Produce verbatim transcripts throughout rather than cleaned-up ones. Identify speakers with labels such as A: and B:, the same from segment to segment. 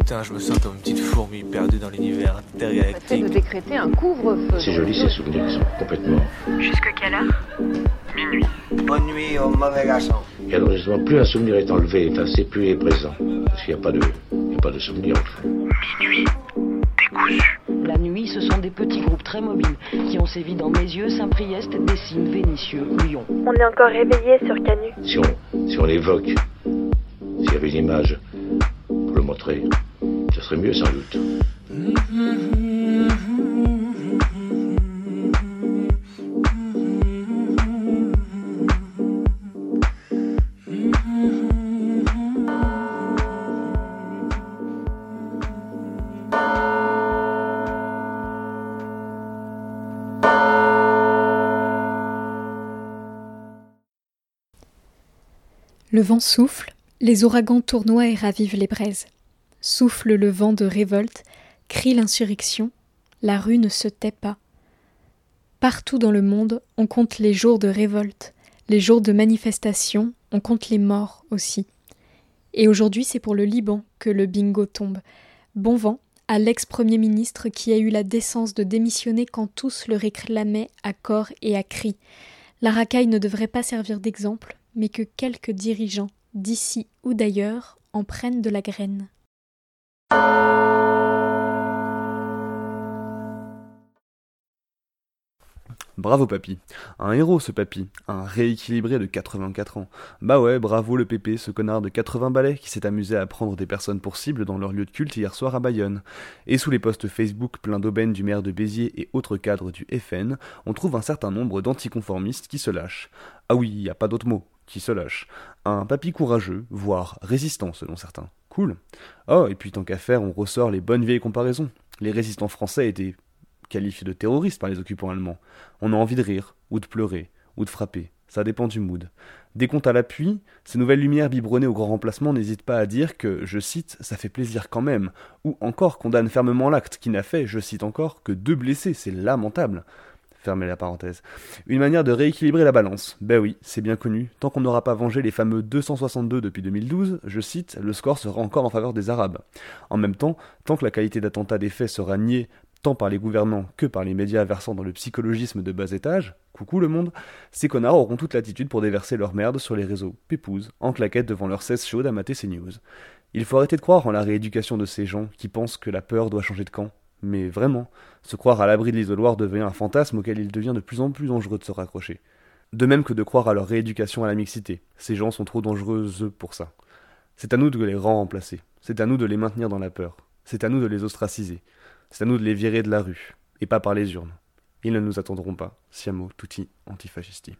A: Putain, je me sens comme une petite fourmi perdue dans l'univers intergalactique.
B: De décréter un couvre-feu.
C: C'est joli ces souvenirs qui sont complètement...
D: Jusque quelle heure?
E: Minuit.
F: Bonne nuit au mauvais garçon.
C: Et alors justement, plus un souvenir est enlevé, effacé, plus il est présent. Parce qu'il n'y a pas de, il n'y a pas de souvenir en fait.
E: Minuit. Décousu.
G: La nuit, ce sont des petits groupes très mobiles qui ont sévi dans Mézieux, Saint-Priest, Dessines, Vénissieux, Lyon.
D: On est encore réveillé sur Canu.
C: Si on, si on l'évoque, s'il y avait une image pour le montrer, ce serait mieux sans doute.
H: Le vent souffle, les ouragans tournoient et ravivent les braises. Souffle le vent de révolte, crie l'insurrection, la rue ne se tait pas. Partout dans le monde, on compte les jours de révolte, les jours de manifestation, on compte les morts aussi. Et aujourd'hui, c'est pour le Liban que le bingo tombe. Bon vent à l'ex-premier ministre qui a eu la décence de démissionner quand tous le réclamaient à corps et à cri. La racaille ne devrait pas servir d'exemple, mais que quelques dirigeants, d'ici ou d'ailleurs, en prennent de la graine.
I: Bravo papy, un héros ce papy, un rééquilibré de quatre-vingt-quatre ans. Bah ouais, bravo le pépé, ce connard de quatre-vingts balais qui s'est amusé à prendre des personnes pour cible dans leur lieu de culte hier soir à Bayonne. Et sous les posts Facebook pleins d'aubaines du maire de Béziers et autres cadres du F N, on trouve un certain nombre d'anticonformistes qui se lâchent. Ah oui, y a pas d'autre mot, qui se lâchent. Un papy courageux, voire résistant selon certains. Cool. Oh, et puis tant qu'à faire, on ressort les bonnes vieilles comparaisons. Les résistants français étaient qualifiés de terroristes par les occupants allemands. On a envie de rire, ou de pleurer, ou de frapper. Ça dépend du mood. Des comptes à l'appui, ces nouvelles lumières biberonnées au grand remplacement n'hésitent pas à dire que, je cite, ça fait plaisir quand même, ou encore condamnent fermement l'acte qui n'a fait, je cite encore, que deux blessés, c'est lamentable. Fermez la parenthèse. Une manière de rééquilibrer la balance. Ben oui, c'est bien connu. Tant qu'on n'aura pas vengé les fameux deux cent soixante-deux depuis deux mille douze, je cite, le score sera encore en faveur des Arabes. En même temps, tant que la qualité d'attentat des faits sera niée tant par les gouvernants que par les médias versant dans le psychologisme de bas étage, coucou le monde, ces connards auront toute l'attitude pour déverser leur merde sur les réseaux pépouses, en claquette devant leur cesse chaude à mater ces news. Il faut arrêter de croire en la rééducation de ces gens qui pensent que la peur doit changer de camp. Mais vraiment, se croire à l'abri de l'isoloir devient un fantasme auquel il devient de plus en plus dangereux de se raccrocher. De même que de croire à leur rééducation à la mixité. Ces gens sont trop dangereux pour ça. C'est à nous de les remplacer. C'est à nous de les maintenir dans la peur. C'est à nous de les ostraciser. C'est à nous de les virer de la rue, et pas par les urnes. Ils ne nous attendront pas. Siamo tutti antifascisti.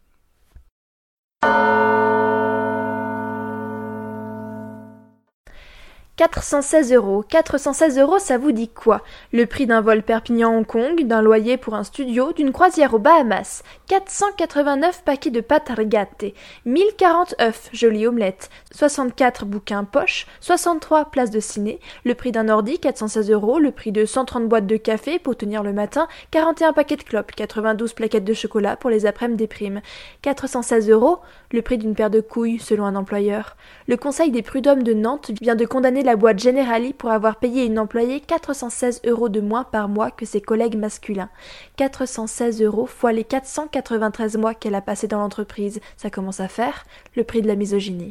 D: quatre cent seize euros. quatre cent seize euros, ça vous dit quoi? Le prix d'un vol Perpignan-Hong Kong, d'un loyer pour un studio, d'une croisière aux Bahamas. quatre cent quatre-vingt-neuf paquets de pâtes rigate, mille quarante œufs, jolie omelette, soixante-quatre bouquins poche, soixante-trois places de ciné, le prix d'un ordi, quatre cent seize euros, le prix de cent trente boîtes de café pour tenir le matin, quarante et un paquets de clopes, quatre-vingt-douze plaquettes de chocolat pour les après-midi des primes. quatre cent seize euros, le prix d'une paire de couilles selon un employeur. Le conseil des prud'hommes de Nantes vient de condamner la boîte Generali pour avoir payé une employée quatre cent seize euros de moins par mois que ses collègues masculins. quatre cent seize euros fois les quatre cent quatre-vingt-treize mois qu'elle a passé dans l'entreprise. Ça commence à faire le prix de la misogynie.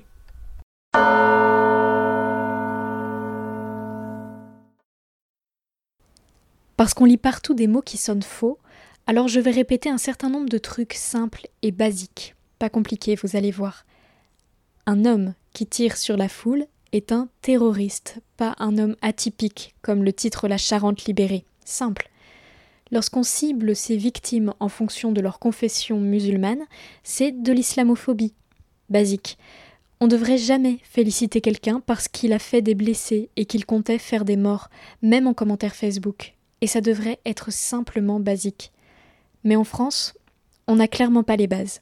H: Parce qu'on lit partout des mots qui sonnent faux, alors je vais répéter un certain nombre de trucs simples et basiques. Pas compliqués, vous allez voir. Un homme qui tire sur la foule est un terroriste, pas un homme atypique, comme le titre La Charente libérée. Simple. Lorsqu'on cible ses victimes en fonction de leur confession musulmane, c'est de l'islamophobie. Basique. On ne devrait jamais féliciter quelqu'un parce qu'il a fait des blessés et qu'il comptait faire des morts, même en commentaire Facebook. Et ça devrait être simplement basique. Mais en France, on n'a clairement pas les bases.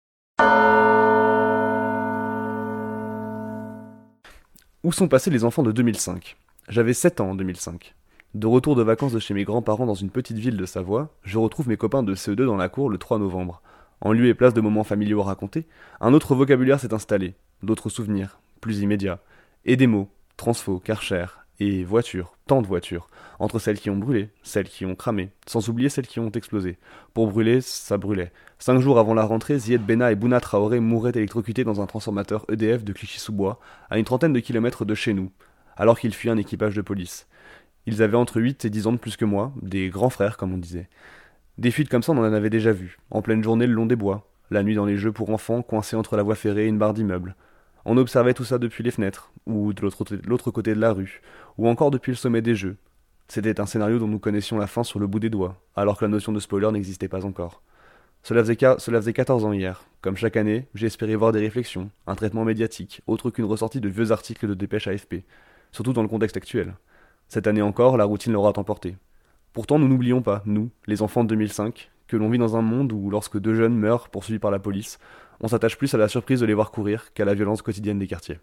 I: Où sont passés les enfants de deux mille cinq? J'avais sept ans en deux mille cinq. De retour de vacances de chez mes grands-parents dans une petite ville de Savoie, je retrouve mes copains de C E deux dans la cour le trois novembre. En lieu et place de moments familiaux racontés, un autre vocabulaire s'est installé, d'autres souvenirs, plus immédiats, et des mots, transfo, karcher, Et voitures, tant de voitures, entre celles qui ont brûlé, celles qui ont cramé, sans oublier celles qui ont explosé. Pour brûler, ça brûlait. Cinq jours avant la rentrée, Zied Benna et Bouna Traoré mouraient électrocutés dans un transformateur E D F de Clichy-sous-Bois, à une trentaine de kilomètres de chez nous, alors qu'ils fuyaient un équipage de police. Ils avaient entre huit et dix ans de plus que moi, des grands frères comme on disait. Des fuites comme ça on en avait déjà vu, en pleine journée le long des bois, la nuit dans les jeux pour enfants coincés entre la voie ferrée et une barre d'immeubles. On observait tout ça depuis les fenêtres, ou de l'autre, de l'autre côté de la rue, ou encore depuis le sommet des jeux. C'était un scénario dont nous connaissions la fin sur le bout des doigts, alors que la notion de spoiler n'existait pas encore. Cela faisait, ca- cela faisait quatorze ans hier. Comme chaque année, j'ai espéré voir des réflexions, un traitement médiatique, autre qu'une ressortie de vieux articles de dépêche A F P, surtout dans le contexte actuel. Cette année encore, la routine l'aura emporté. Pourtant, nous n'oublions pas, nous, les enfants de deux mille cinq, que l'on vit dans un monde où, lorsque deux jeunes meurent poursuivis par la police, on s'attache plus à la surprise de les voir courir qu'à la violence quotidienne des quartiers.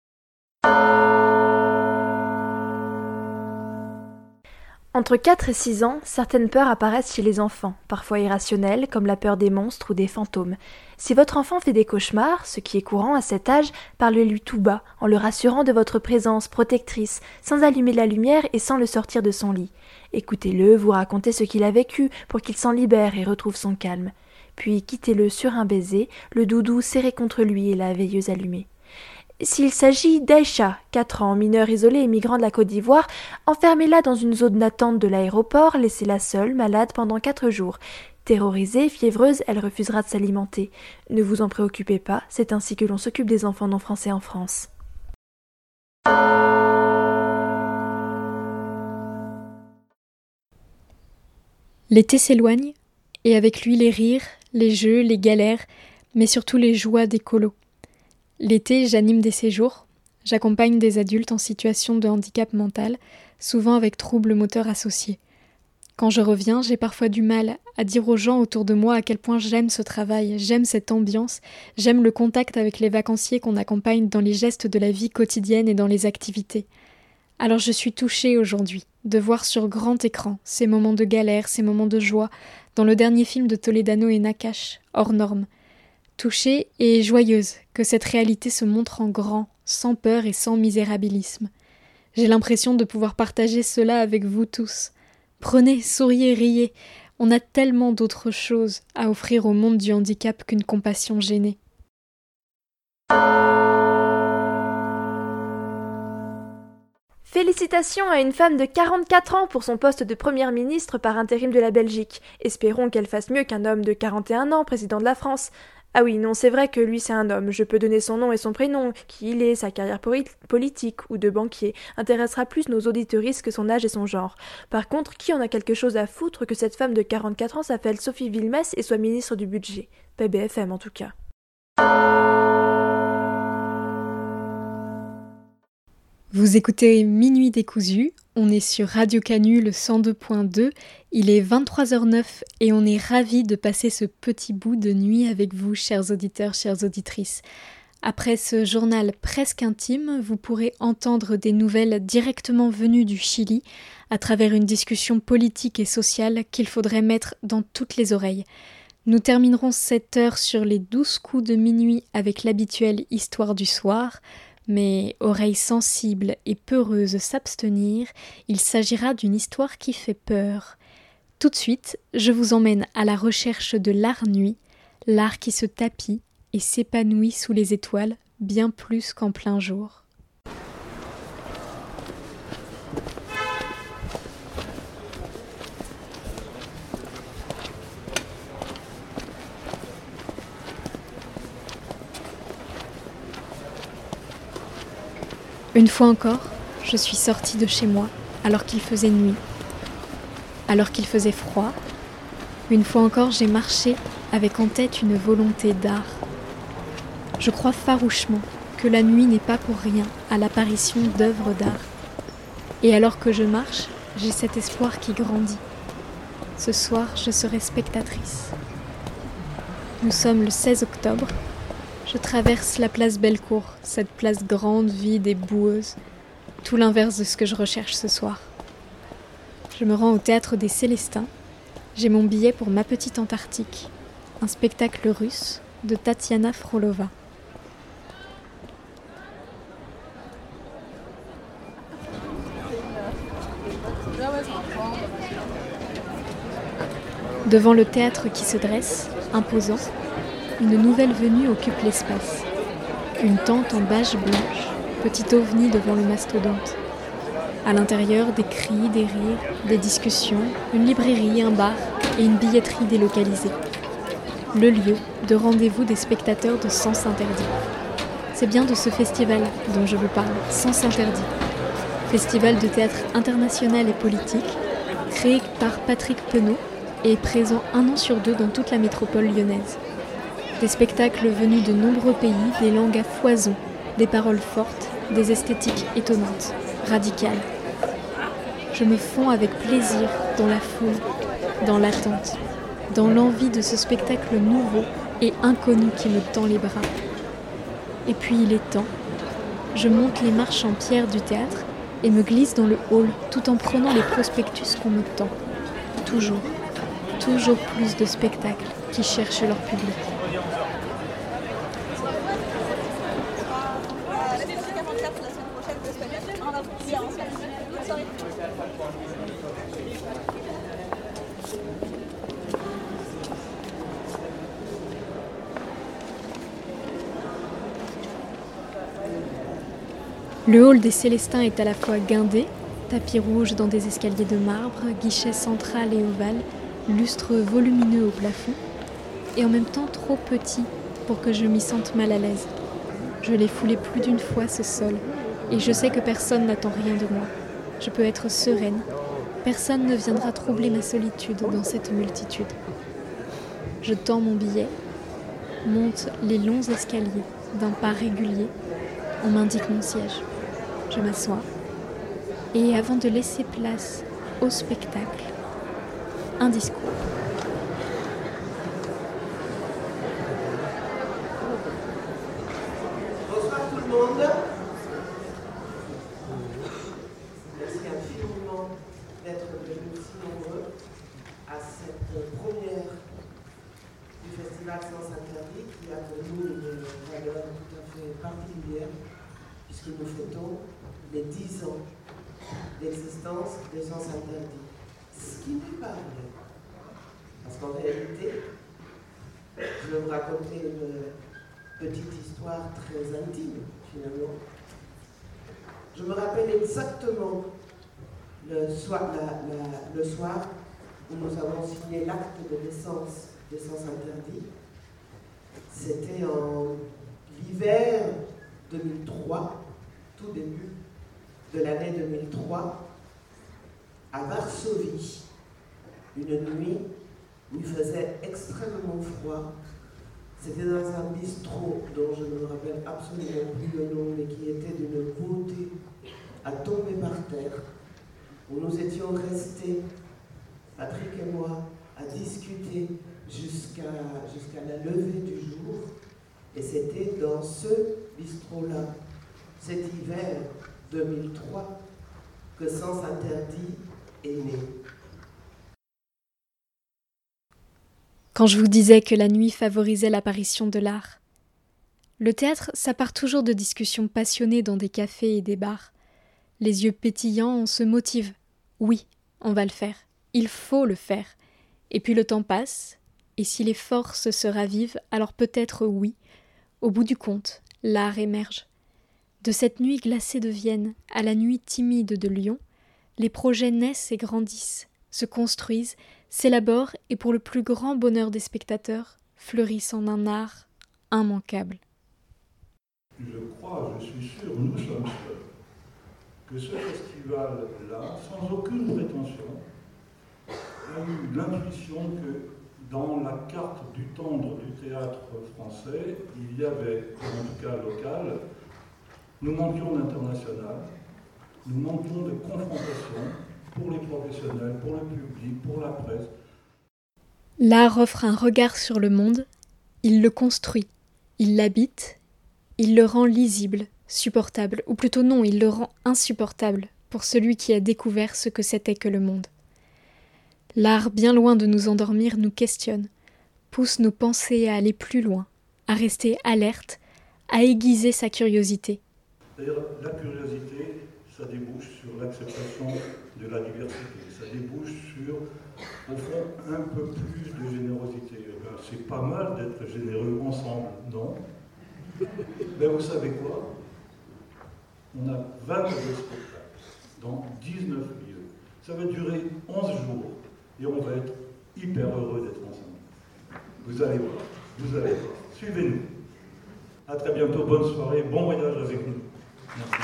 D: Entre quatre et six ans, certaines peurs apparaissent chez les enfants, parfois irrationnelles, comme la peur des monstres ou des fantômes. Si votre enfant fait des cauchemars, ce qui est courant à cet âge, parlez-lui tout bas, en le rassurant de votre présence protectrice, sans allumer la lumière et sans le sortir de son lit. Écoutez-le, vous racontez ce qu'il a vécu, pour qu'il s'en libère et retrouve son calme. Puis quittez-le sur un baiser, le doudou serré contre lui et la veilleuse allumée. S'il s'agit d'Aïcha, quatre ans, mineure isolée et migrant de la Côte d'Ivoire, enfermez-la dans une zone d'attente de l'aéroport, laissez-la seule, malade pendant quatre jours. Terrorisée, fiévreuse, elle refusera de s'alimenter. Ne vous en préoccupez pas, c'est ainsi que l'on s'occupe des enfants non français en France.
H: L'été s'éloigne, et avec lui les rires, les jeux, les galères, mais surtout les joies des colos. L'été, j'anime des séjours, j'accompagne des adultes en situation de handicap mental, souvent avec troubles moteurs associés. Quand je reviens, j'ai parfois du mal à dire aux gens autour de moi à quel point j'aime ce travail, j'aime cette ambiance, j'aime le contact avec les vacanciers qu'on accompagne dans les gestes de la vie quotidienne et dans les activités. Alors je suis touchée aujourd'hui de voir sur grand écran ces moments de galère, ces moments de joie, dans le dernier film de Toledano et Nakache, Hors Normes. Touchée et joyeuse que cette réalité se montre en grand, sans peur et sans misérabilisme. J'ai l'impression de pouvoir partager cela avec vous tous. Prenez, souriez, riez. On a tellement d'autres choses à offrir au monde du handicap qu'une compassion gênée.
D: Félicitations à une femme de quarante-quatre ans pour son poste de première ministre par intérim de la Belgique. Espérons qu'elle fasse mieux qu'un homme de quarante et un ans, président de la France. Ah oui, non, c'est vrai que lui c'est un homme, je peux donner son nom et son prénom, qui il est, sa carrière politique ou de banquier, intéressera plus nos auditeuristes que son âge et son genre. Par contre, qui en a quelque chose à foutre que cette femme de quarante-quatre ans s'appelle Sophie Wilmès et soit ministre du budget? Pas B F M en tout cas.
H: Vous écoutez Minuit décousu, on est sur Radio Canu le cent deux point deux, il est vingt-trois heures neuf et on est ravis de passer ce petit bout de nuit avec vous, chers auditeurs, chères auditrices. Après ce journal presque intime, vous pourrez entendre des nouvelles directement venues du Chili à travers une discussion politique et sociale qu'il faudrait mettre dans toutes les oreilles. Nous terminerons cette heure sur les douze coups de minuit avec l'habituelle histoire du soir. Mais oreilles sensibles et peureuses s'abstenir, il s'agira d'une histoire qui fait peur. Tout de suite, je vous emmène à la recherche de l'art nuit, l'art qui se tapit et s'épanouit sous les étoiles bien plus qu'en plein jour. Une fois encore, je suis sortie de chez moi alors qu'il faisait nuit, alors qu'il faisait froid. Une fois encore, j'ai marché avec en tête une volonté d'art. Je crois farouchement que la nuit n'est pas pour rien à l'apparition d'œuvres d'art. Et alors que je marche, j'ai cet espoir qui grandit. Ce soir, je serai spectatrice. Nous sommes le seize octobre. Je traverse la place Bellecour, cette place grande, vide et boueuse, tout l'inverse de ce que je recherche ce soir. Je me rends au théâtre des Célestins. J'ai mon billet pour Ma Petite Antarctique, un spectacle russe de Tatiana Frolova. Devant le théâtre qui se dresse, imposant, une nouvelle venue occupe l'espace. Une tente en bâche blanche, petit ovni devant le mastodonte. À l'intérieur, des cris, des rires, des discussions, une librairie, un bar et une billetterie délocalisée. Le lieu de rendez-vous des spectateurs de Sens Interdit. C'est bien de ce festival dont je vous parle, Sens Interdit. Festival de théâtre international et politique, créé par Patrick Penaud et présent un an sur deux dans toute la métropole lyonnaise. Des spectacles venus de nombreux pays, des langues à foison, des paroles fortes, des esthétiques étonnantes, radicales. Je me fonds avec plaisir dans la foule, dans l'attente, dans l'envie de ce spectacle nouveau et inconnu qui me tend les bras. Et puis il est temps. Je monte les marches en pierre du théâtre et me glisse dans le hall tout en prenant les prospectus qu'on me tend. Toujours, toujours plus de spectacles qui cherchent leur public. Le hall des Célestins est à la fois guindé, tapis rouge dans des escaliers de marbre, guichet central et ovale, lustre volumineux au plafond, et en même temps trop petit pour que je m'y sente mal à l'aise. Je l'ai foulé plus d'une fois ce sol, et je sais que personne n'attend rien de moi. Je peux être sereine, personne ne viendra troubler ma solitude dans cette multitude. Je tends mon billet, monte les longs escaliers d'un pas régulier, on m'indique mon siège. Je m'assois et avant de laisser place au spectacle, un discours.
J: Bonsoir tout le monde. Merci infiniment d'être venus si nombreux à cette première du Festival Sens Interdit qui a pour nous une valeur tout à fait particulière puisque nous fêtons les dix ans d'existence de Sens Interdit. Ce qui n'est pas vrai. Parce qu'en réalité, je vais vous raconter une petite histoire très intime, finalement. Je me rappelle exactement le soir, la, la, le soir où nous avons signé l'acte de naissance de Sens Interdit. C'était en l'hiver deux mille trois, tout début de l'année deux mille trois, à Varsovie, une nuit où il faisait extrêmement froid. C'était dans un bistrot dont je ne me rappelle absolument plus le nom, mais qui était d'une beauté à tomber par terre, où nous étions restés, Patrick et moi, à discuter jusqu'à jusqu'à la levée du jour. Et c'était dans ce bistrot-là, cet hiver deux mille trois, que Sens Interdit est né.
H: Quand je vous disais que la nuit favorisait l'apparition de l'art, le théâtre, ça part toujours de discussions passionnées dans des cafés et des bars. Les yeux pétillants, on se motive. Oui, on va le faire. Il faut le faire. Et puis le temps passe, et si les forces se ravivent, alors peut-être oui. Au bout du compte, l'art émerge. De cette nuit glacée de Vienne à la nuit timide de Lyon, les projets naissent et grandissent, se construisent, s'élaborent et pour le plus grand bonheur des spectateurs, fleurissent en un art immanquable.
K: Je crois, je suis sûr, nous sommes sûrs, que ce festival-là, sans aucune prétention, a eu l'intuition que dans la carte du tendre du théâtre français, il y avait, en tout cas local, nous manquions d'international, nous manquions de confrontation pour les professionnels, pour le public, pour la presse.
H: L'art offre un regard sur le monde, il le construit, il l'habite, il le rend lisible, supportable, ou plutôt non, il le rend insupportable pour celui qui a découvert ce que c'était que le monde. L'art, bien loin de nous endormir, nous questionne, pousse nos pensées à aller plus loin, à rester alerte, à aiguiser sa curiosité.
K: D'ailleurs, la curiosité, ça débouche sur l'acceptation de la diversité, ça débouche sur au fond, un peu plus de générosité. Eh bien, c'est pas mal d'être généreux ensemble, non? Ben, vous savez quoi? On a vingt-deux spectacles dans dix-neuf lieux. Ça va durer onze jours et on va être hyper heureux d'être ensemble. Vous allez voir, vous allez voir. Suivez-nous. À très bientôt, bonne soirée, bon voyage avec nous. Merci.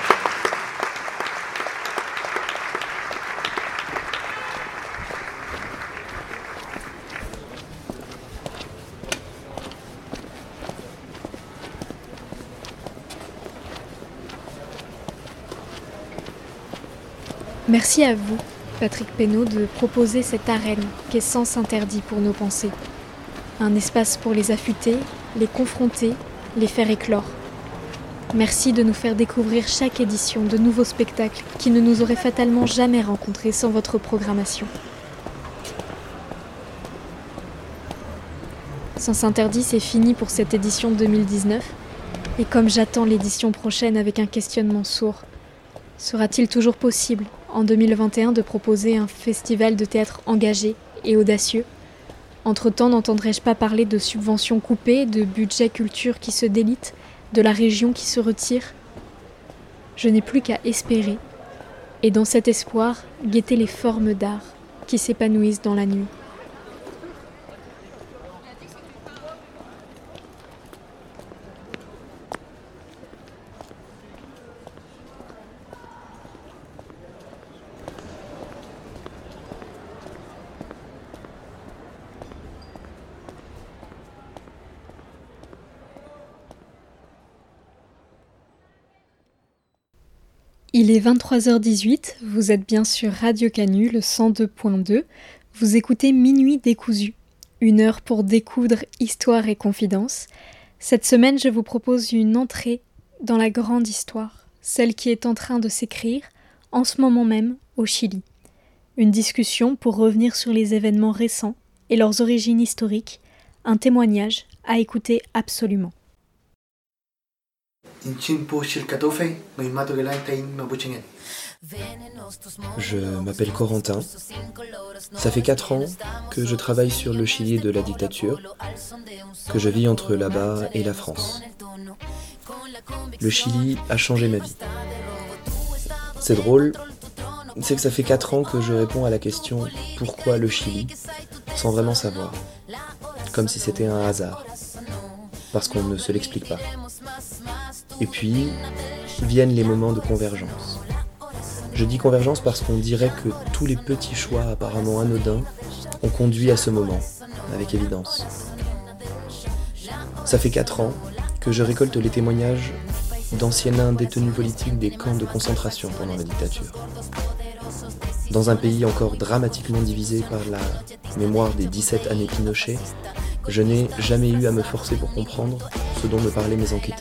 H: Merci à vous, Patrick Pénaud, de proposer cette arène qu'est Sens Interdit pour nos pensées. Un espace pour les affûter, les confronter, les faire éclore. Merci de nous faire découvrir chaque édition de nouveaux spectacles qui ne nous auraient fatalement jamais rencontrés sans votre programmation. Sens Interdit, c'est fini pour cette édition deux mille dix-neuf, et comme j'attends l'édition prochaine avec un questionnement sourd, sera-t-il toujours possible, en deux mille vingt et un, de proposer un festival de théâtre engagé et audacieux? Entre-temps, n'entendrai-je pas parler de subventions coupées, de budget culture qui se délite, de la région qui se retire? Je n'ai plus qu'à espérer, et dans cet espoir, guetter les formes d'art qui s'épanouissent dans la nuit. Il est vingt-trois heures dix-huit, vous êtes bien sur Radio Canu, le cent deux point deux. Vous écoutez Minuit décousu, une heure pour découdre histoire et confidence. Cette semaine, je vous propose une entrée dans la grande histoire, celle qui est en train de s'écrire, en ce moment même, au Chili. Une discussion pour revenir sur les événements récents et leurs origines historiques, un témoignage à écouter absolument.
L: Je m'appelle Corentin. Ça fait quatre ans que je travaille sur le Chili de la dictature, que je vis entre là-bas et la France. Le Chili a changé ma vie. C'est drôle, c'est que ça fait quatre ans que je réponds à la question « Pourquoi le Chili ?», sans vraiment savoir, comme si c'était un hasard, parce qu'on ne se l'explique pas. Et puis, viennent les moments de convergence. Je dis convergence parce qu'on dirait que tous les petits choix apparemment anodins ont conduit à ce moment, avec évidence. Ça fait quatre ans que je récolte les témoignages d'anciens détenus politiques des camps de concentration pendant la dictature. Dans un pays encore dramatiquement divisé par la mémoire des dix-sept années Pinochet, je n'ai jamais eu à me forcer pour comprendre ce dont me parlaient mes enquêtés.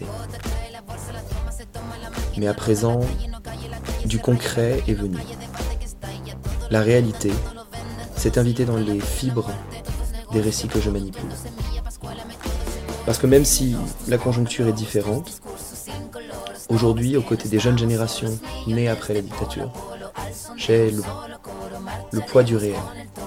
L: Mais à présent, du concret est venu. La réalité s'est invitée dans les fibres des récits que je manipule. Parce que même si la conjoncture est différente, aujourd'hui, aux côtés des jeunes générations nées après la dictature, j'ai le, le poids du réel.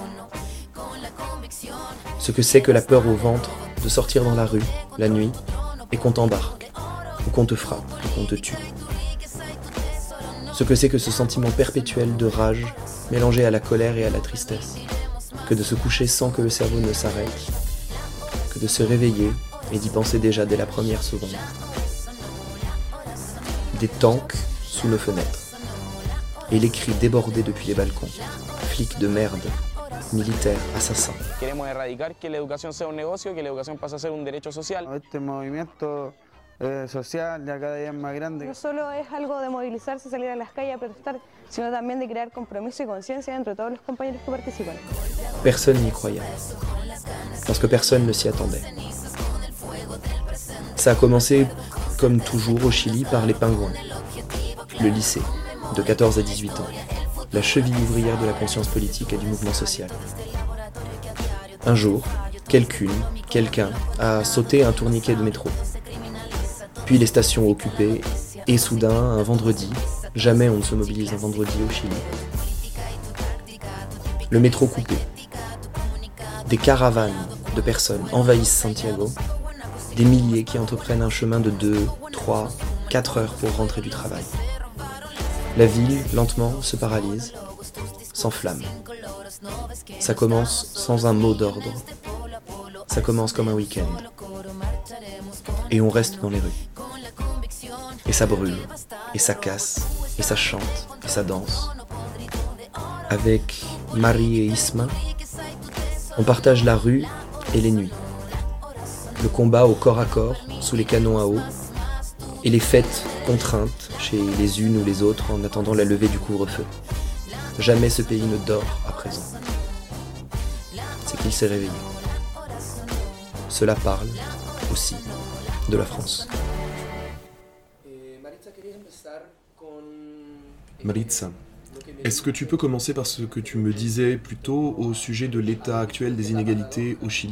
L: Ce que c'est que la peur au ventre de sortir dans la rue, la nuit, et qu'on t'embarque, ou qu'on te frappe, ou qu'on te tue. Ce que c'est que ce sentiment perpétuel de rage, mélangé à la colère et à la tristesse, que de se coucher sans que le cerveau ne s'arrête, que de se réveiller et d'y penser déjà dès la première seconde. Des tanks sous nos fenêtres, et les cris débordés depuis les balcons, flics de merde, militaires, assassins.
M: Queremos erradicar que la educación sea un negocio, que la educación pase a ser un derecho social.
N: Este movimiento eh, social ya cada día es más grande.
O: No solo es algo de movilizarse, salir a las calles a protestar, sino también de crear compromiso y conciencia entre todos los compañeros que participan.
L: Personne n'y croyait, parce que personne ne s'y attendait. Ça a commencé, comme toujours au Chili, par les pingouins. Le lycée, de quatorze à dix-huit ans, la cheville ouvrière de la conscience politique et du mouvement social. Un jour, quelqu'une, quelqu'un a sauté un tourniquet de métro. Puis les stations occupées, et soudain, un vendredi, jamais on ne se mobilise un vendredi au Chili. Le métro coupé. Des caravanes de personnes envahissent Santiago, des milliers qui entreprennent un chemin de deux, trois, quatre heures pour rentrer du travail. La ville, lentement, se paralyse, s'enflamme. Ça commence sans un mot d'ordre. Ça commence comme un week-end. Et on reste dans les rues. Et ça brûle, et ça casse, et ça chante, et ça danse. Avec Marie et Isma, on partage la rue et les nuits. Le combat au corps à corps, sous les canons à eau, et les fêtes contraintes chez les unes ou les autres en attendant la levée du couvre-feu. Jamais ce pays ne dort à présent. C'est qu'il s'est réveillé. Cela parle aussi de la France.
P: Maritza, est-ce que tu peux commencer par ce que tu me disais plus tôt au sujet de l'état actuel des inégalités au Chili ?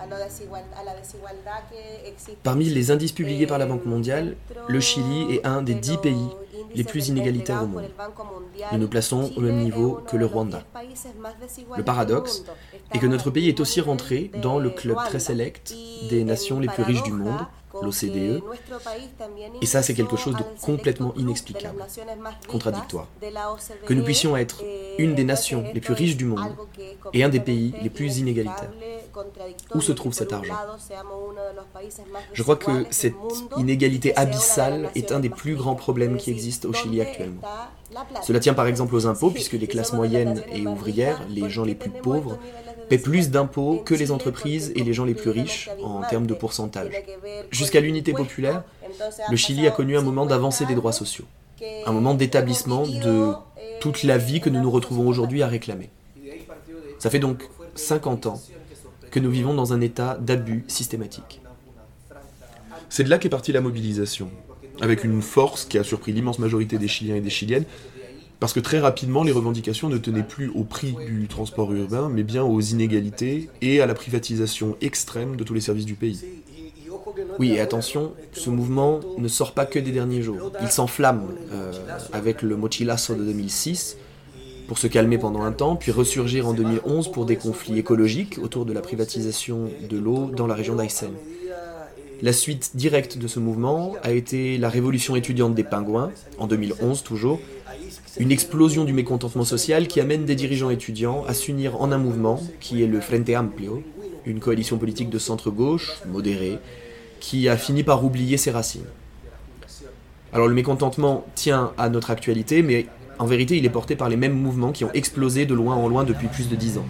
L: Parmi les indices publiés par la Banque mondiale, le Chili est un des dix pays les plus inégalitaires au monde. Nous nous plaçons au même niveau que le Rwanda. Le paradoxe est que notre pays est aussi rentré dans le club très sélect des nations les plus riches du monde, l'O C D E, et ça c'est quelque chose de complètement inexplicable, contradictoire. Que nous puissions être une des nations les plus riches du monde et un des pays les plus inégalitaires. Où se trouve cet argent ? Je crois que cette inégalité abyssale est un des plus grands problèmes qui existent au Chili actuellement. Cela tient par exemple aux impôts, puisque les classes moyennes et ouvrières, les gens les plus pauvres, paient plus d'impôts que les entreprises et les gens les plus riches en termes de pourcentage. Jusqu'à l'unité populaire, le Chili a connu un moment d'avancée des droits sociaux, un moment d'établissement de toute la vie que nous nous retrouvons aujourd'hui à réclamer. Ça fait donc cinquante ans que nous vivons dans un état d'abus systématique.
P: C'est de là qu'est partie la mobilisation, avec une force qui a surpris l'immense majorité des Chiliens et des Chiliennes, parce que très rapidement, les revendications ne tenaient plus au prix du transport urbain, mais bien aux inégalités et à la privatisation extrême de tous les services du pays.
L: Oui, et attention, ce mouvement ne sort pas que des derniers jours. Il s'enflamme euh, avec le Mochilazo de deux mille six, pour se calmer pendant un temps, puis ressurgir en deux mille onze pour des conflits écologiques autour de la privatisation de l'eau dans la région d'Aysén. La suite directe de ce mouvement a été la révolution étudiante des Pingouins, en deux mille onze toujours, une explosion du mécontentement social qui amène des dirigeants étudiants à s'unir en un mouvement qui est le Frente Amplio, une coalition politique de centre-gauche, modérée, qui a fini par oublier ses racines. Alors le mécontentement tient à notre actualité, mais en vérité il est porté par les mêmes mouvements qui ont explosé de loin en loin depuis plus de dix ans.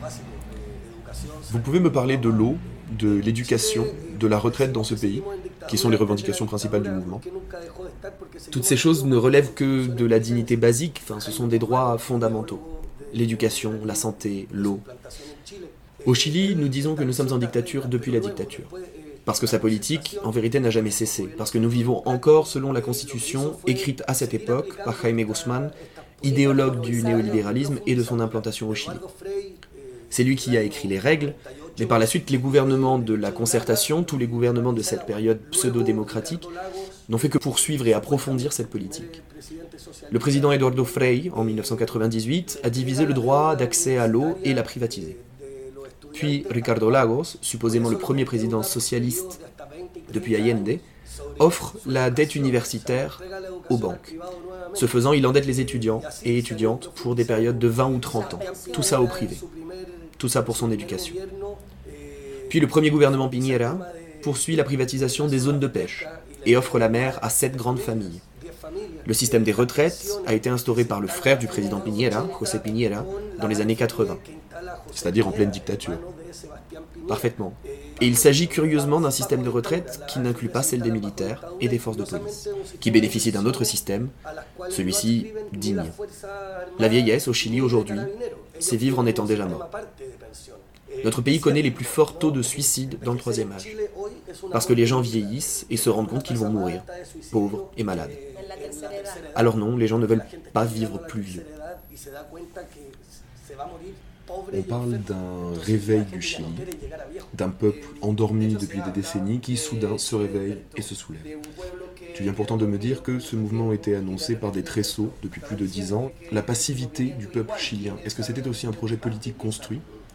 P: Vous pouvez me parler de l'eau, de l'éducation, de la retraite dans ce pays, qui sont les revendications principales du mouvement.
L: Toutes ces choses ne relèvent que de la dignité basique, enfin, ce sont des droits fondamentaux. L'éducation, la santé, l'eau. Au Chili, nous disons que nous sommes en dictature depuis la dictature. Parce que sa politique, en vérité, n'a jamais cessé. Parce que nous vivons encore selon la constitution écrite à cette époque par Jaime Guzmán, idéologue du néolibéralisme et de son implantation au Chili. C'est lui qui a écrit les règles, mais par la suite, les gouvernements de la concertation, tous les gouvernements de cette période pseudo-démocratique, n'ont fait que poursuivre et approfondir cette politique. Le président Eduardo Frei, en mille neuf cent quatre-vingt-dix-huit, a divisé le droit d'accès à l'eau et l'a privatisé. Puis Ricardo Lagos, supposément le premier président socialiste depuis Allende, offre la dette universitaire aux banques. Ce faisant, il endette les étudiants et étudiantes pour des périodes de vingt ou trente ans. Tout ça au privé. Tout ça pour son éducation. Puis le premier gouvernement Piñera poursuit la privatisation des zones de pêche et offre la mer à sept grandes familles. Le système des retraites a été instauré par le frère du président Piñera, José Piñera, dans les années quatre-vingts.
P: C'est-à-dire en pleine dictature.
L: Parfaitement. Et il s'agit curieusement d'un système de retraite qui n'inclut pas celle des militaires et des forces de police, qui bénéficie d'un autre système, celui-ci digne. La vieillesse au Chili aujourd'hui, c'est vivre en étant déjà mort. Notre pays connaît les plus forts taux de suicide dans le troisième âge, parce que les gens vieillissent et se rendent compte qu'ils vont mourir, pauvres et malades. Alors non, les gens ne veulent pas vivre plus vieux.
P: On parle d'un réveil du Chili, d'un peuple endormi depuis des décennies qui soudain se réveille et se soulève. Tu viens pourtant de me dire que ce mouvement était annoncé par des tresceaux depuis plus de dix ans. La passivité du peuple chilien, est-ce que c'était aussi un projet politique construit ?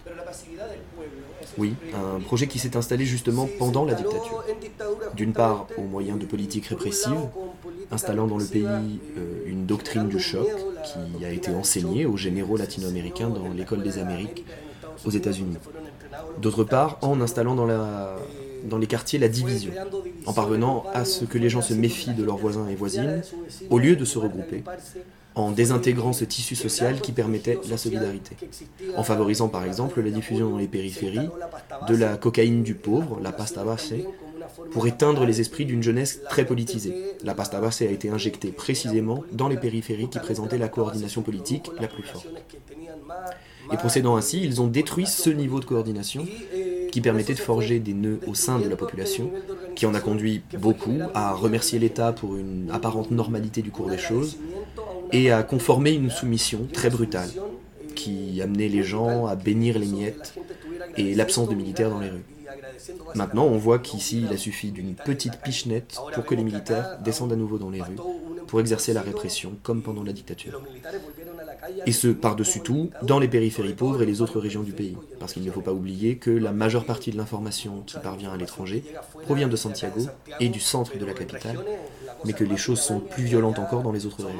L: Oui, un projet qui s'est installé justement pendant la dictature. D'une part, aux moyens de politique répressive, installant dans le pays euh, une doctrine du choc qui a été enseignée aux généraux latino-américains dans l'école des Amériques aux États-Unis. D'autre part, en installant dans, la, dans les quartiers la division, en parvenant à ce que les gens se méfient de leurs voisins et voisines, au lieu de se regrouper, en désintégrant ce tissu social qui permettait la solidarité, en favorisant par exemple la diffusion dans les périphéries de la cocaïne du pauvre, la pasta base, pour éteindre les esprits d'une jeunesse très politisée. La pasta base a été injectée précisément dans les périphéries qui présentaient la coordination politique la plus forte. Et procédant ainsi, ils ont détruit ce niveau de coordination qui permettait de forger des nœuds au sein de la population, qui en a conduit beaucoup à remercier l'État pour une apparente normalité du cours des choses, et à conformer une soumission très brutale, qui amenait les gens à bénir les miettes et l'absence de militaires dans les rues. Maintenant, on voit qu'ici, il a suffi d'une petite pichenette pour que les militaires descendent à nouveau dans les rues, pour exercer la répression, comme pendant la dictature. Et ce, par-dessus tout, dans les périphéries pauvres et les autres régions du pays. Parce qu'il ne faut pas oublier que la majeure partie de l'information qui parvient à l'étranger provient de Santiago et du centre de la capitale, mais que les choses sont plus violentes encore dans les autres régions.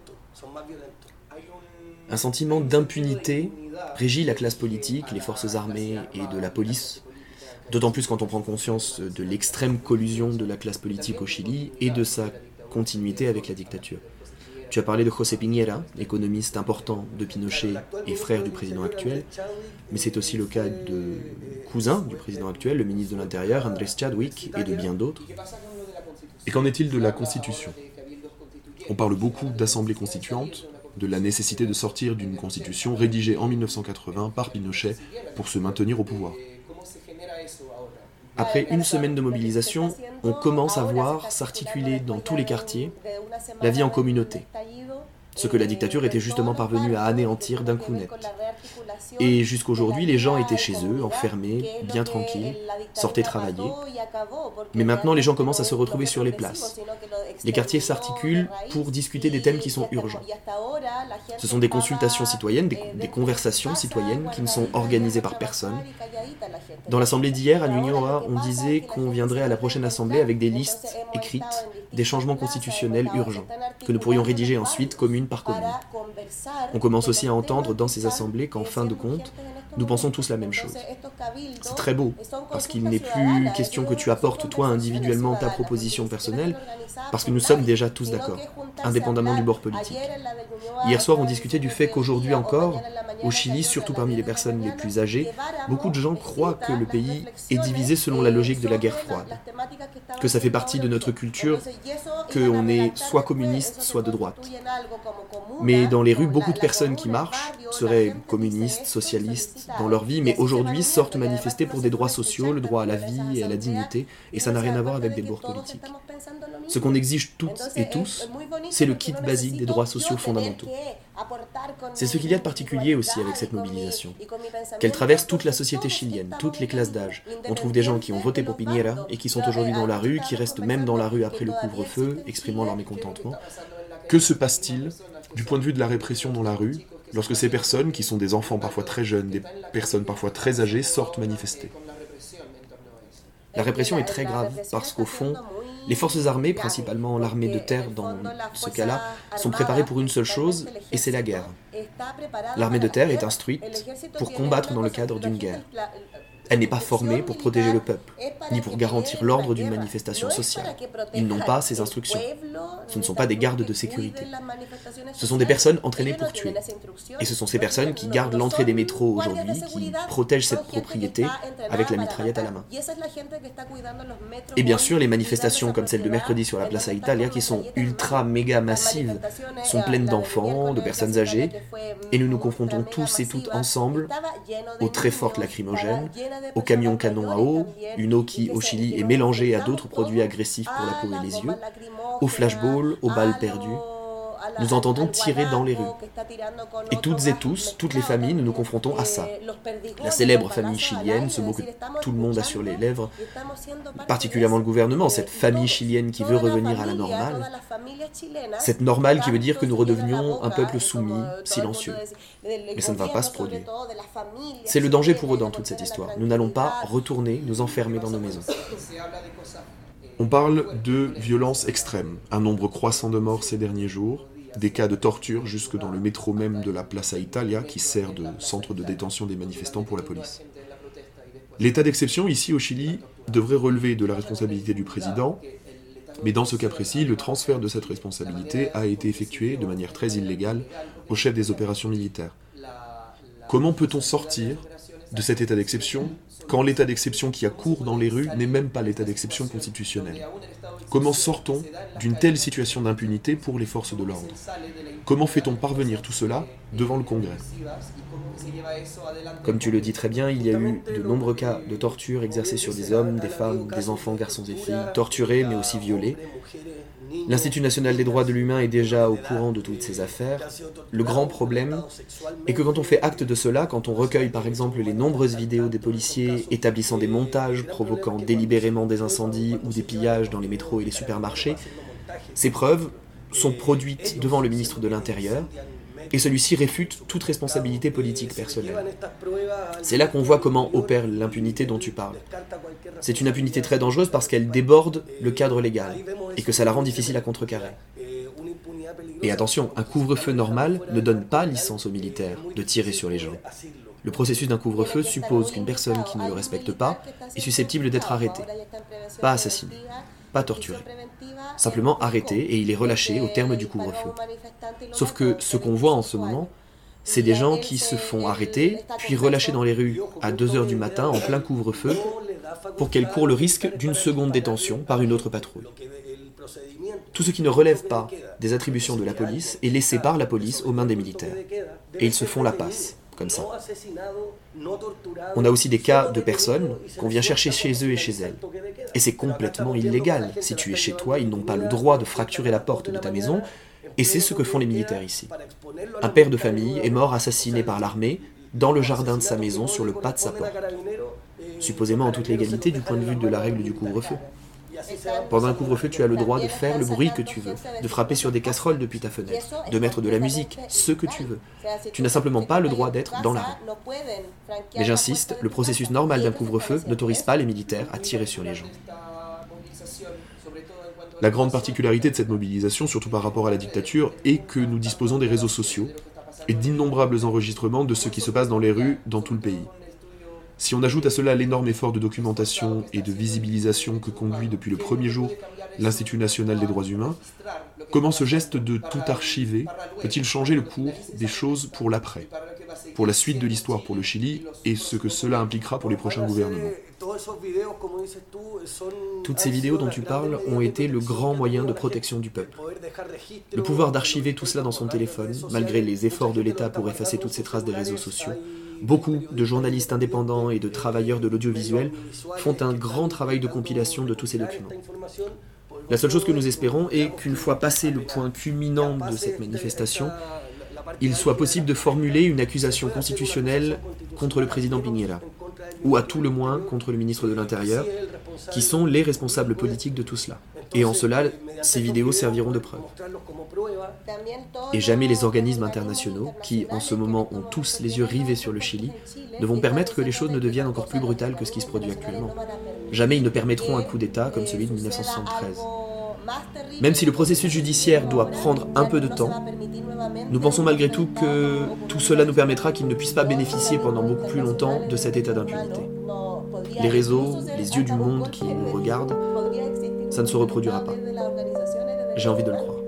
L: Un sentiment d'impunité régit la classe politique, les forces armées et de la police, d'autant plus quand on prend conscience de l'extrême collusion de la classe politique au Chili et de sa continuité avec la dictature. Tu as parlé de José Piñera, économiste important de Pinochet et frère du président actuel, mais c'est aussi le cas de cousin du président actuel, le ministre de l'Intérieur, Andrés Chadwick, et de bien d'autres.
P: Et qu'en est-il de la Constitution ? On parle beaucoup d'assemblée constituante, de la nécessité de sortir d'une constitution rédigée en mille neuf cent quatre-vingts par Pinochet pour se maintenir au pouvoir.
L: Après une semaine de mobilisation, on commence à voir s'articuler dans tous les quartiers la vie en communauté, ce que la dictature était justement parvenue à anéantir d'un coup net. Et jusqu'aujourd'hui, les gens étaient chez eux, enfermés, bien tranquilles, sortaient travailler. Mais maintenant, les gens commencent à se retrouver sur les places. Les quartiers s'articulent pour discuter des thèmes qui sont urgents. Ce sont des consultations citoyennes, des, des conversations citoyennes qui ne sont organisées par personne. Dans l'assemblée d'hier, à Ñuñoa, on disait qu'on viendrait à la prochaine assemblée avec des listes écrites des changements constitutionnels urgents, que nous pourrions rédiger ensuite commune par commune. On commence aussi à entendre dans ces assemblées qu'en fin de compte, nous pensons tous la même chose. C'est très beau, parce qu'il n'est plus question que tu apportes toi individuellement ta proposition personnelle, parce que nous sommes déjà tous d'accord, indépendamment du bord politique. Hier soir, on discutait du fait qu'aujourd'hui encore, au Chili, surtout parmi les personnes les plus âgées, beaucoup de gens croient que le pays est divisé selon la logique de la guerre froide, que ça fait partie de notre culture, qu'on est soit communiste, soit de droite. Mais dans les rues, beaucoup de personnes qui marchent seraient communistes, socialistes dans leur vie, mais aujourd'hui sortent manifester pour des droits sociaux, le droit à la vie et à la dignité, et ça n'a rien à voir avec des bords politiques. Ce qu'on exige toutes et tous, c'est le kit basique des droits sociaux fondamentaux. C'est ce qu'il y a de particulier aussi avec cette mobilisation, qu'elle traverse toute la société chilienne, toutes les classes d'âge. On trouve des gens qui ont voté pour Piñera et qui sont aujourd'hui dans la rue, qui restent même dans la rue après le couvre-feu, exprimant leur mécontentement.
P: Que se passe-t-il du point de vue de la répression dans la rue, lorsque ces personnes, qui sont des enfants parfois très jeunes, des personnes parfois très âgées, sortent manifester?
L: La répression est très grave, parce qu'au fond, les forces armées, principalement l'armée de terre dans ce cas-là, sont préparées pour une seule chose, et c'est la guerre. L'armée de terre est instruite pour combattre dans le cadre d'une guerre. Elle n'est pas formée pour protéger le peuple, ni pour garantir l'ordre d'une manifestation sociale. Ils n'ont pas ces instructions. Ce ne sont pas des gardes de sécurité. Ce sont des personnes entraînées pour tuer. Et ce sont ces personnes qui gardent l'entrée des métros aujourd'hui, qui protègent cette propriété avec la mitraillette à la main. Et bien sûr, les manifestations comme celle de mercredi sur la Plaza Italia, qui sont ultra méga massives, sont pleines d'enfants, de personnes âgées, et nous nous confrontons tous et toutes ensemble aux très fortes lacrymogènes, aux camions canons à eau, une eau qui, au Chili, est mélangée à d'autres produits agressifs pour la peau et les yeux, aux flashballs, aux balles perdues,
Q: nous entendons tirer dans les rues. Et toutes et tous, toutes les familles, nous nous confrontons à ça. La célèbre famille chilienne, ce mot que tout le monde a sur les lèvres, particulièrement le gouvernement, cette famille chilienne qui veut revenir à la normale, cette normale qui veut dire que nous redevenions un peuple soumis, silencieux. Mais ça ne va pas se produire. C'est le danger pour eux dans toute cette histoire. Nous n'allons pas retourner, nous enfermer dans nos maisons.
P: On parle de violence extrême, un nombre croissant de morts ces derniers jours, des cas de torture jusque dans le métro même de la Plaza Italia qui sert de centre de détention des manifestants pour la police. L'état d'exception ici au Chili devrait relever de la responsabilité du président, mais dans ce cas précis, le transfert de cette responsabilité a été effectué de manière très illégale au chef des opérations militaires. Comment peut-on sortir de cet état d'exception quand l'état d'exception qui a cours dans les rues n'est même pas l'état d'exception constitutionnel? Comment sort-on d'une telle situation d'impunité pour les forces de l'ordre? Comment fait-on parvenir tout cela devant le Congrès?
Q: Comme tu le dis très bien, il y a eu de nombreux cas de torture exercés sur des hommes, des femmes, des enfants, garçons et filles, torturés mais aussi violés. L'Institut national des droits de l'humain est déjà au courant de toutes ces affaires. Le grand problème est que quand on fait acte de cela, quand on recueille par exemple les nombreuses vidéos des policiers établissant des montages provoquant délibérément des incendies ou des pillages dans les métros et les supermarchés, ces preuves sont produites devant le ministre de l'Intérieur et celui-ci réfute toute responsabilité politique personnelle. C'est là qu'on voit comment opère l'impunité dont tu parles. C'est une impunité très dangereuse parce qu'elle déborde le cadre légal et que ça la rend difficile à contrecarrer. Et attention, un couvre-feu normal ne donne pas licence aux militaires de tirer sur les gens. Le processus d'un couvre-feu suppose qu'une personne qui ne le respecte pas est susceptible d'être arrêtée, pas assassinée, pas torturée. Simplement arrêté et il est relâché au terme du couvre-feu. Sauf que ce qu'on voit en ce moment, c'est des gens qui se font arrêter, puis relâchés dans les rues à deux heures du matin en plein couvre-feu pour qu'elles courent le risque d'une seconde détention par une autre patrouille. Tout ce qui ne relève pas des attributions de la police est laissé par la police aux mains des militaires. Et ils se font la passe, comme ça. On a aussi des cas de personnes qu'on vient chercher chez eux et chez elles. Et c'est complètement illégal. Si tu es chez toi, ils n'ont pas le droit de fracturer la porte de ta maison, et c'est ce que font les militaires ici. Un père de famille est mort assassiné par l'armée dans le jardin de sa maison sur le pas de sa porte. Supposément en toute légalité du point de vue de la règle du couvre-feu. Pendant un couvre-feu, tu as le droit de faire le bruit que tu veux, de frapper sur des casseroles depuis ta fenêtre, de mettre de la musique, ce que tu veux. Tu n'as simplement pas le droit d'être dans la rue. Mais j'insiste, le processus normal d'un couvre-feu n'autorise pas les militaires à tirer sur les gens.
P: La grande particularité de cette mobilisation, surtout par rapport à la dictature, est que nous disposons des réseaux sociaux et d'innombrables enregistrements de ce qui se passe dans les rues dans tout le pays. Si on ajoute à cela l'énorme effort de documentation et de visibilisation que conduit depuis le premier jour l'Institut national des droits humains, comment ce geste de tout archiver peut-il changer le cours des choses pour l'après, pour la suite de l'histoire pour le Chili et ce que cela impliquera pour les prochains gouvernements?
Q: Toutes ces vidéos dont tu parles ont été le grand moyen de protection du peuple. Le pouvoir d'archiver tout cela dans son téléphone, malgré les efforts de l'État pour effacer toutes ces traces des réseaux sociaux, beaucoup de journalistes indépendants et de travailleurs de l'audiovisuel font un grand travail de compilation de tous ces documents. La seule chose que nous espérons est qu'une fois passé le point culminant de cette manifestation, il soit possible de formuler une accusation constitutionnelle contre le président Piñera, ou à tout le moins contre le ministre de l'Intérieur, qui sont les responsables politiques de tout cela. Et en cela, ces vidéos serviront de preuve. Et jamais les organismes internationaux, qui en ce moment ont tous les yeux rivés sur le Chili, ne vont permettre que les choses ne deviennent encore plus brutales que ce qui se produit actuellement. Jamais ils ne permettront un coup d'État comme celui de mille neuf cent soixante-treize. Même si le processus judiciaire doit prendre un peu de temps, nous pensons malgré tout que tout cela nous permettra qu'ils ne puissent pas bénéficier pendant beaucoup plus longtemps de cet état d'impunité. Les réseaux, les yeux du monde qui nous regardent, ça ne se reproduira pas. J'ai envie de le croire.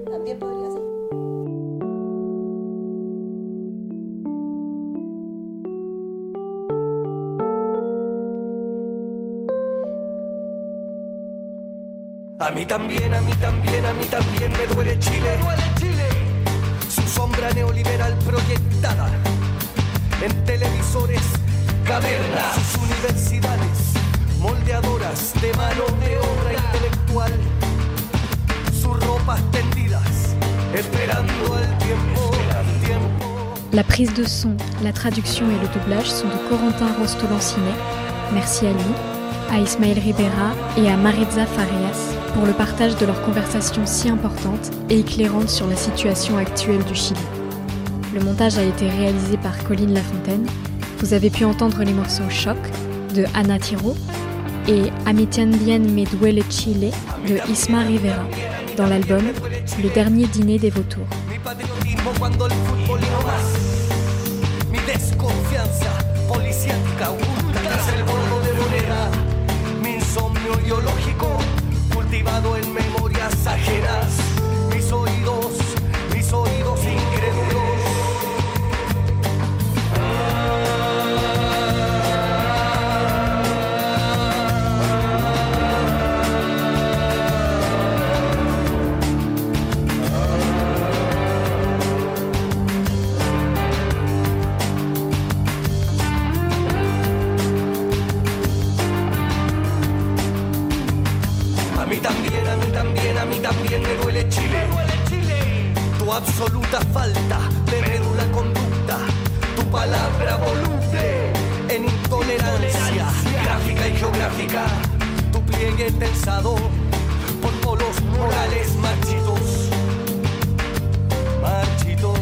R: A mí también, a mí también, a mí también me duele Chile. Me duele Chile. Su sombra neoliberal proyectada en televisores, cavernas, sus universidades, moldeadoras de mano de obra intelectual, sus ropas tendidas esperando el tiempo, el tiempo.
H: La prise de son, la traduction et le doublage sont de Corentin Rostolancinet. Merci à lui, à Ismaël Ribera et à Maritza Farias pour le partage de leur conversation si importante et éclairante sur la situation actuelle du Chili. Le montage a été réalisé par Colline Lafontaine. Vous avez pu entendre les morceaux Choc de Ana Tiro et A mí también me duele Chile de Isma Rivera dans l'album Le dernier dîner des vautours.
R: Mi desconfianza policiática oculta tras el bordo de moneda. Mi insomnio ideológico cultivado en memorias ajenas. Mis oídos, mis oídos incrédulos. A mí también, a mí también, a mí también me duele Chile. Tu absoluta falta de médula conducta, tu palabra voluble en intolerancia gráfica y geográfica, tu pliegue tensado por polos morales marchitos, marchitos.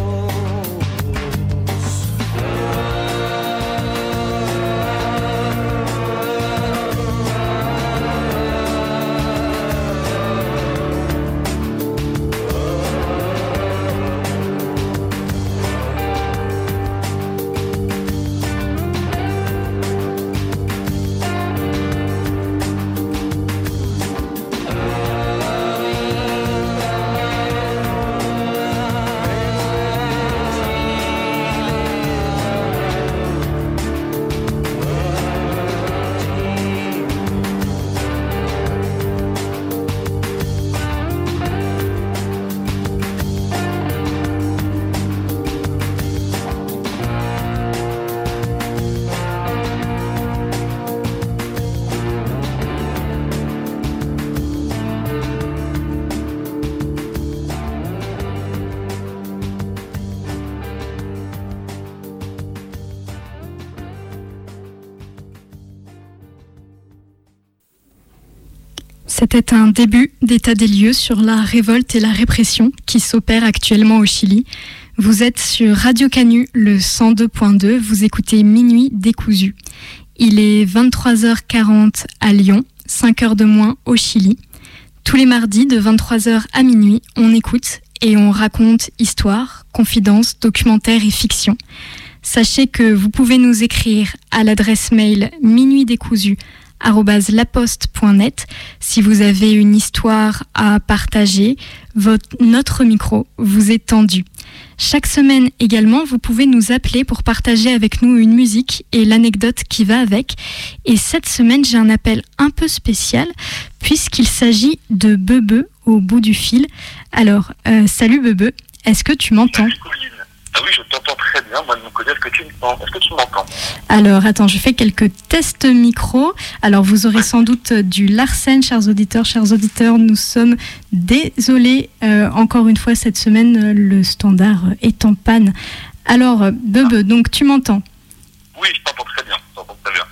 S: C'était un début d'état des lieux sur la révolte et la répression qui s'opèrent actuellement au Chili. Vous êtes sur Radio Canu, le cent deux point deux, vous écoutez Minuit décousu. Il est vingt-trois heures quarante à Lyon, cinq heures de moins au Chili. Tous les mardis de vingt-trois heures à minuit, on écoute et on raconte histoire, confidences, documentaires et fiction. Sachez que vous pouvez nous écrire à l'adresse mail minuitdécousu arobase laposte point net si vous avez une histoire à partager. Votre, notre micro vous est tendu. Chaque semaine également, vous pouvez nous appeler pour partager avec nous une musique et l'anecdote qui va avec. Et cette semaine, j'ai un appel un peu spécial puisqu'il s'agit de Bebe au bout du fil. Alors, euh, salut Bebe, est-ce que tu m'entends ?
T: Ah oui, je t'entends très bien. Moi, de mon côté, est-ce que tu m'entends ? Est-ce que tu m'entends ?
S: Alors, attends, je fais quelques tests micro. Alors, vous aurez sans doute du Larsen, chers auditeurs, chers auditeurs. Nous sommes désolés. Euh, encore une fois, cette semaine, le standard est en panne. Alors, Bebe, donc tu m'entends ?
T: Oui, je t'entends très bien. Je t'entends très bien.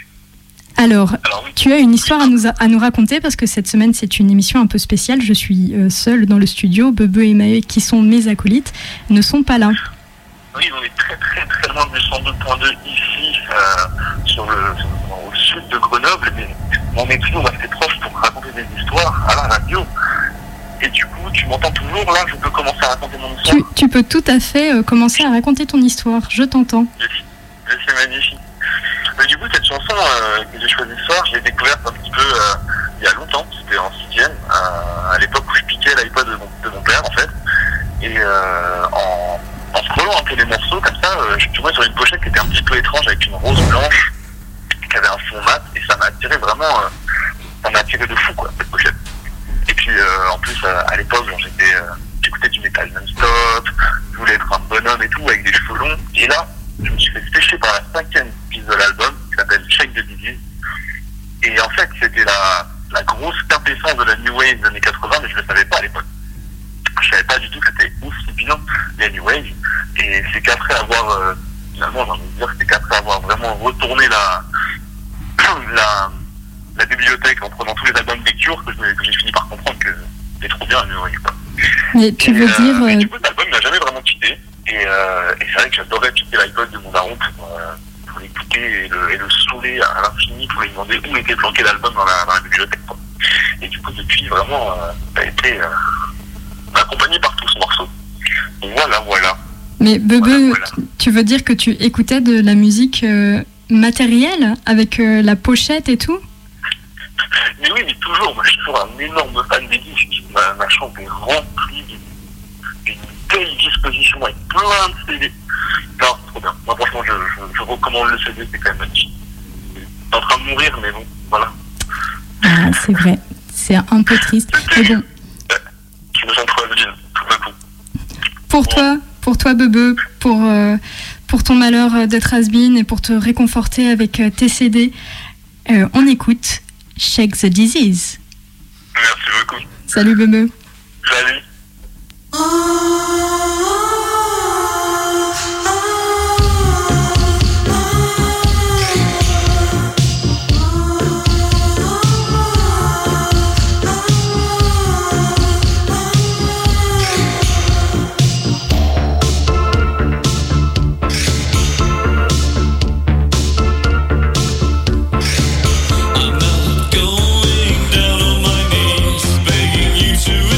S: Alors, Alors oui. Tu as une histoire à nous, a, à nous raconter parce que cette semaine, c'est une émission un peu spéciale. Je suis euh, seule dans le studio. Bebe et Maë, qui sont mes acolytes, ne sont pas là.
T: Oui, on est très très très loin du cent deux point deux ici, euh, sur le, au sud de Grenoble. Mais on est toujours assez proche pour raconter des histoires à la radio. Et du coup, tu m'entends toujours là ? Je peux commencer à raconter mon histoire ?
S: Tu, tu peux tout à fait euh, commencer à raconter ton histoire. Je t'entends.
T: C'est magnifique. Mais du coup, cette chanson euh, que j'ai choisie ce soir, je l'ai découverte un petit peu euh, il y a longtemps. C'était en sixième, euh, à l'époque où je piquais l'iPod de mon, de mon père, en fait. Et euh, en, en scrollant un peu les morceaux, comme ça, euh, je suis tombé sur une pochette qui était un petit peu étrange, avec une rose blanche, qui avait un fond mat, et ça m'a attiré vraiment, euh, ça m'a attiré de fou, quoi, cette pochette. Et puis, euh, en plus, euh, à l'époque, bon, j'étais, euh, j'écoutais du métal non-stop, je voulais être un bonhomme et tout, avec des cheveux longs. Et là, je me suis fait pêcher par la cinquième piste de l'album, qui s'appelle Shake the Bee. Et en fait, c'était la, la grosse quintessence de la New Wave des années quatre-vingts, mais je ne le savais pas à l'époque. Je savais pas du tout que c'était bien, les New Wave. Et c'est qu'après avoir, euh, finalement, j'ai envie de dire, c'est qu'après avoir vraiment retourné la, la, la bibliothèque en prenant tous les albums de lecture que, je, que j'ai fini par comprendre que c'était trop bien, New Wave, quoi.
S: Mais tu
T: et,
S: veux
T: euh,
S: dire...
T: et
S: euh,
T: du coup, cet album n'a jamais vraiment quitté. Et, euh, et c'est vrai que j'adorais piquer l'iPod de mon daron pour, euh, pour l'écouter et le, et le saouler à l'infini pour lui demander où était planqué l'album dans la, dans la bibliothèque, quoi. Et du coup, depuis, vraiment, euh, ça a été euh, accompagné par tout ce morceau. Donc voilà, voilà.
S: Mais Bebe,
T: Voilà, voilà.
S: tu veux dire que tu écoutais de la musique euh, matérielle, avec euh, la pochette et tout?
T: Mais oui, mais toujours, moi je suis toujours un énorme fan des disques. Ma, ma chambre est remplie d'une, d'une belle disposition avec plein de C D. Non, c'est trop bien. Moi franchement, je, je, je recommande le C D, c'est quand même magnifique. C'est en train de mourir, mais bon, voilà.
S: Ah, c'est vrai, c'est un peu triste. Mais bon,
T: Je me sens trop anodine, tout d'un coup.
S: pour toi, pour toi Bebe, pour, euh, pour ton malheur d'être has-been et pour te réconforter avec euh, tes C D, euh, on écoute Shake the Disease.
T: Merci beaucoup.
S: Salut Bebe.
T: Salut.
R: I'm not going down on my knees, begging you to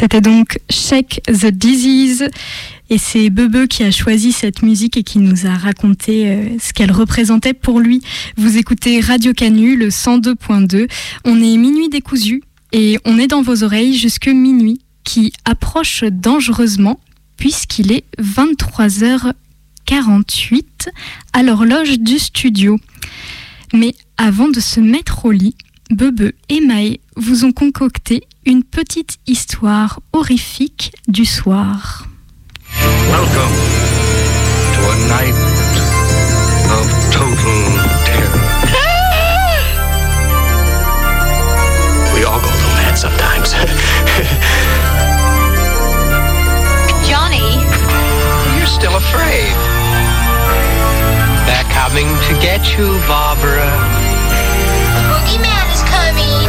S: C'était donc Shake the Disease et c'est Bebe qui a choisi cette musique et qui nous a raconté euh, ce qu'elle représentait pour lui. Vous écoutez Radio Canu, le cent deux point deux. On est minuit décousu et on est dans vos oreilles jusque minuit qui approche dangereusement puisqu'il est vingt-trois heures quarante-huit à l'horloge du studio. Mais avant de se mettre au lit, Bebe et Maë vous ont concocté une petite histoire horrifique du soir.
R: Welcome to a night of total terror. We all go through that sometimes.
U: Johnny,
R: You're still afraid. They're coming to get you, Barbara.
U: the boogeyman is coming.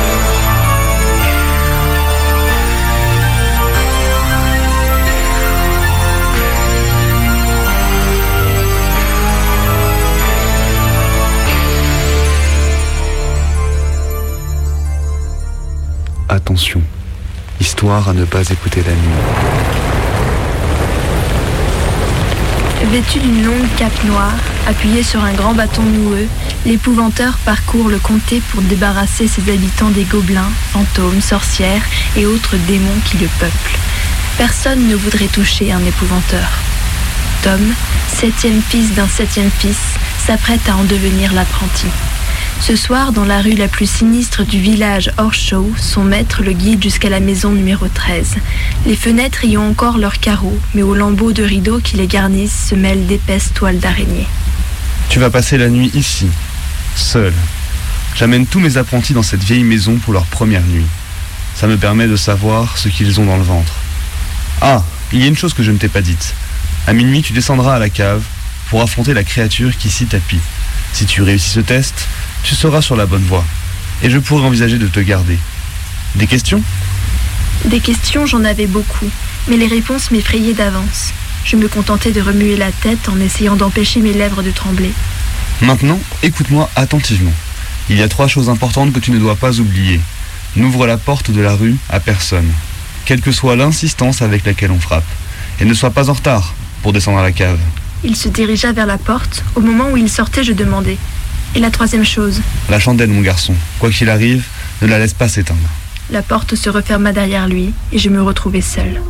I: Attention, histoire à ne pas écouter la nuit.
D: Vêtu d'une longue cape noire, appuyé sur un grand bâton noueux, l'épouvanteur parcourt le comté pour débarrasser ses habitants des gobelins, fantômes, sorcières et autres démons qui le peuplent. Personne ne voudrait toucher un épouvanteur. Tom, septième fils d'un septième fils, s'apprête à en devenir l'apprenti. Ce soir, dans la rue la plus sinistre du village Horseshoe, son maître le guide jusqu'à la maison numéro treize. Les fenêtres y ont encore leurs carreaux, mais aux lambeaux de rideaux qui les garnissent se mêlent d'épaisses toiles d'araignée.
I: Tu vas passer la nuit ici, seul. J'amène tous mes apprentis dans cette vieille maison pour leur première nuit. Ça me permet de savoir ce qu'ils ont dans le ventre. Ah, il y a une chose que je ne t'ai pas dite. À minuit, tu descendras à la cave pour affronter la créature qui s'y tapit. Si tu réussis ce test, tu seras sur la bonne voie. Et je pourrais envisager de te garder. Des questions ?
D: Des questions, j'en avais beaucoup, mais les réponses m'effrayaient d'avance. Je me contentais de remuer la tête en essayant d'empêcher mes lèvres de trembler.
I: Maintenant, écoute-moi attentivement. Il y a trois choses importantes que tu ne dois pas oublier. N'ouvre la porte de la rue à personne, quelle que soit l'insistance avec laquelle on frappe. Et ne sois pas en retard pour descendre à la cave.
D: Il se dirigea vers la porte. Au moment où il sortait, je demandai. Et la troisième chose ?
I: La chandelle, mon garçon. Quoi qu'il arrive, ne la laisse pas s'éteindre.
D: La porte se referma derrière lui et je me retrouvai seule.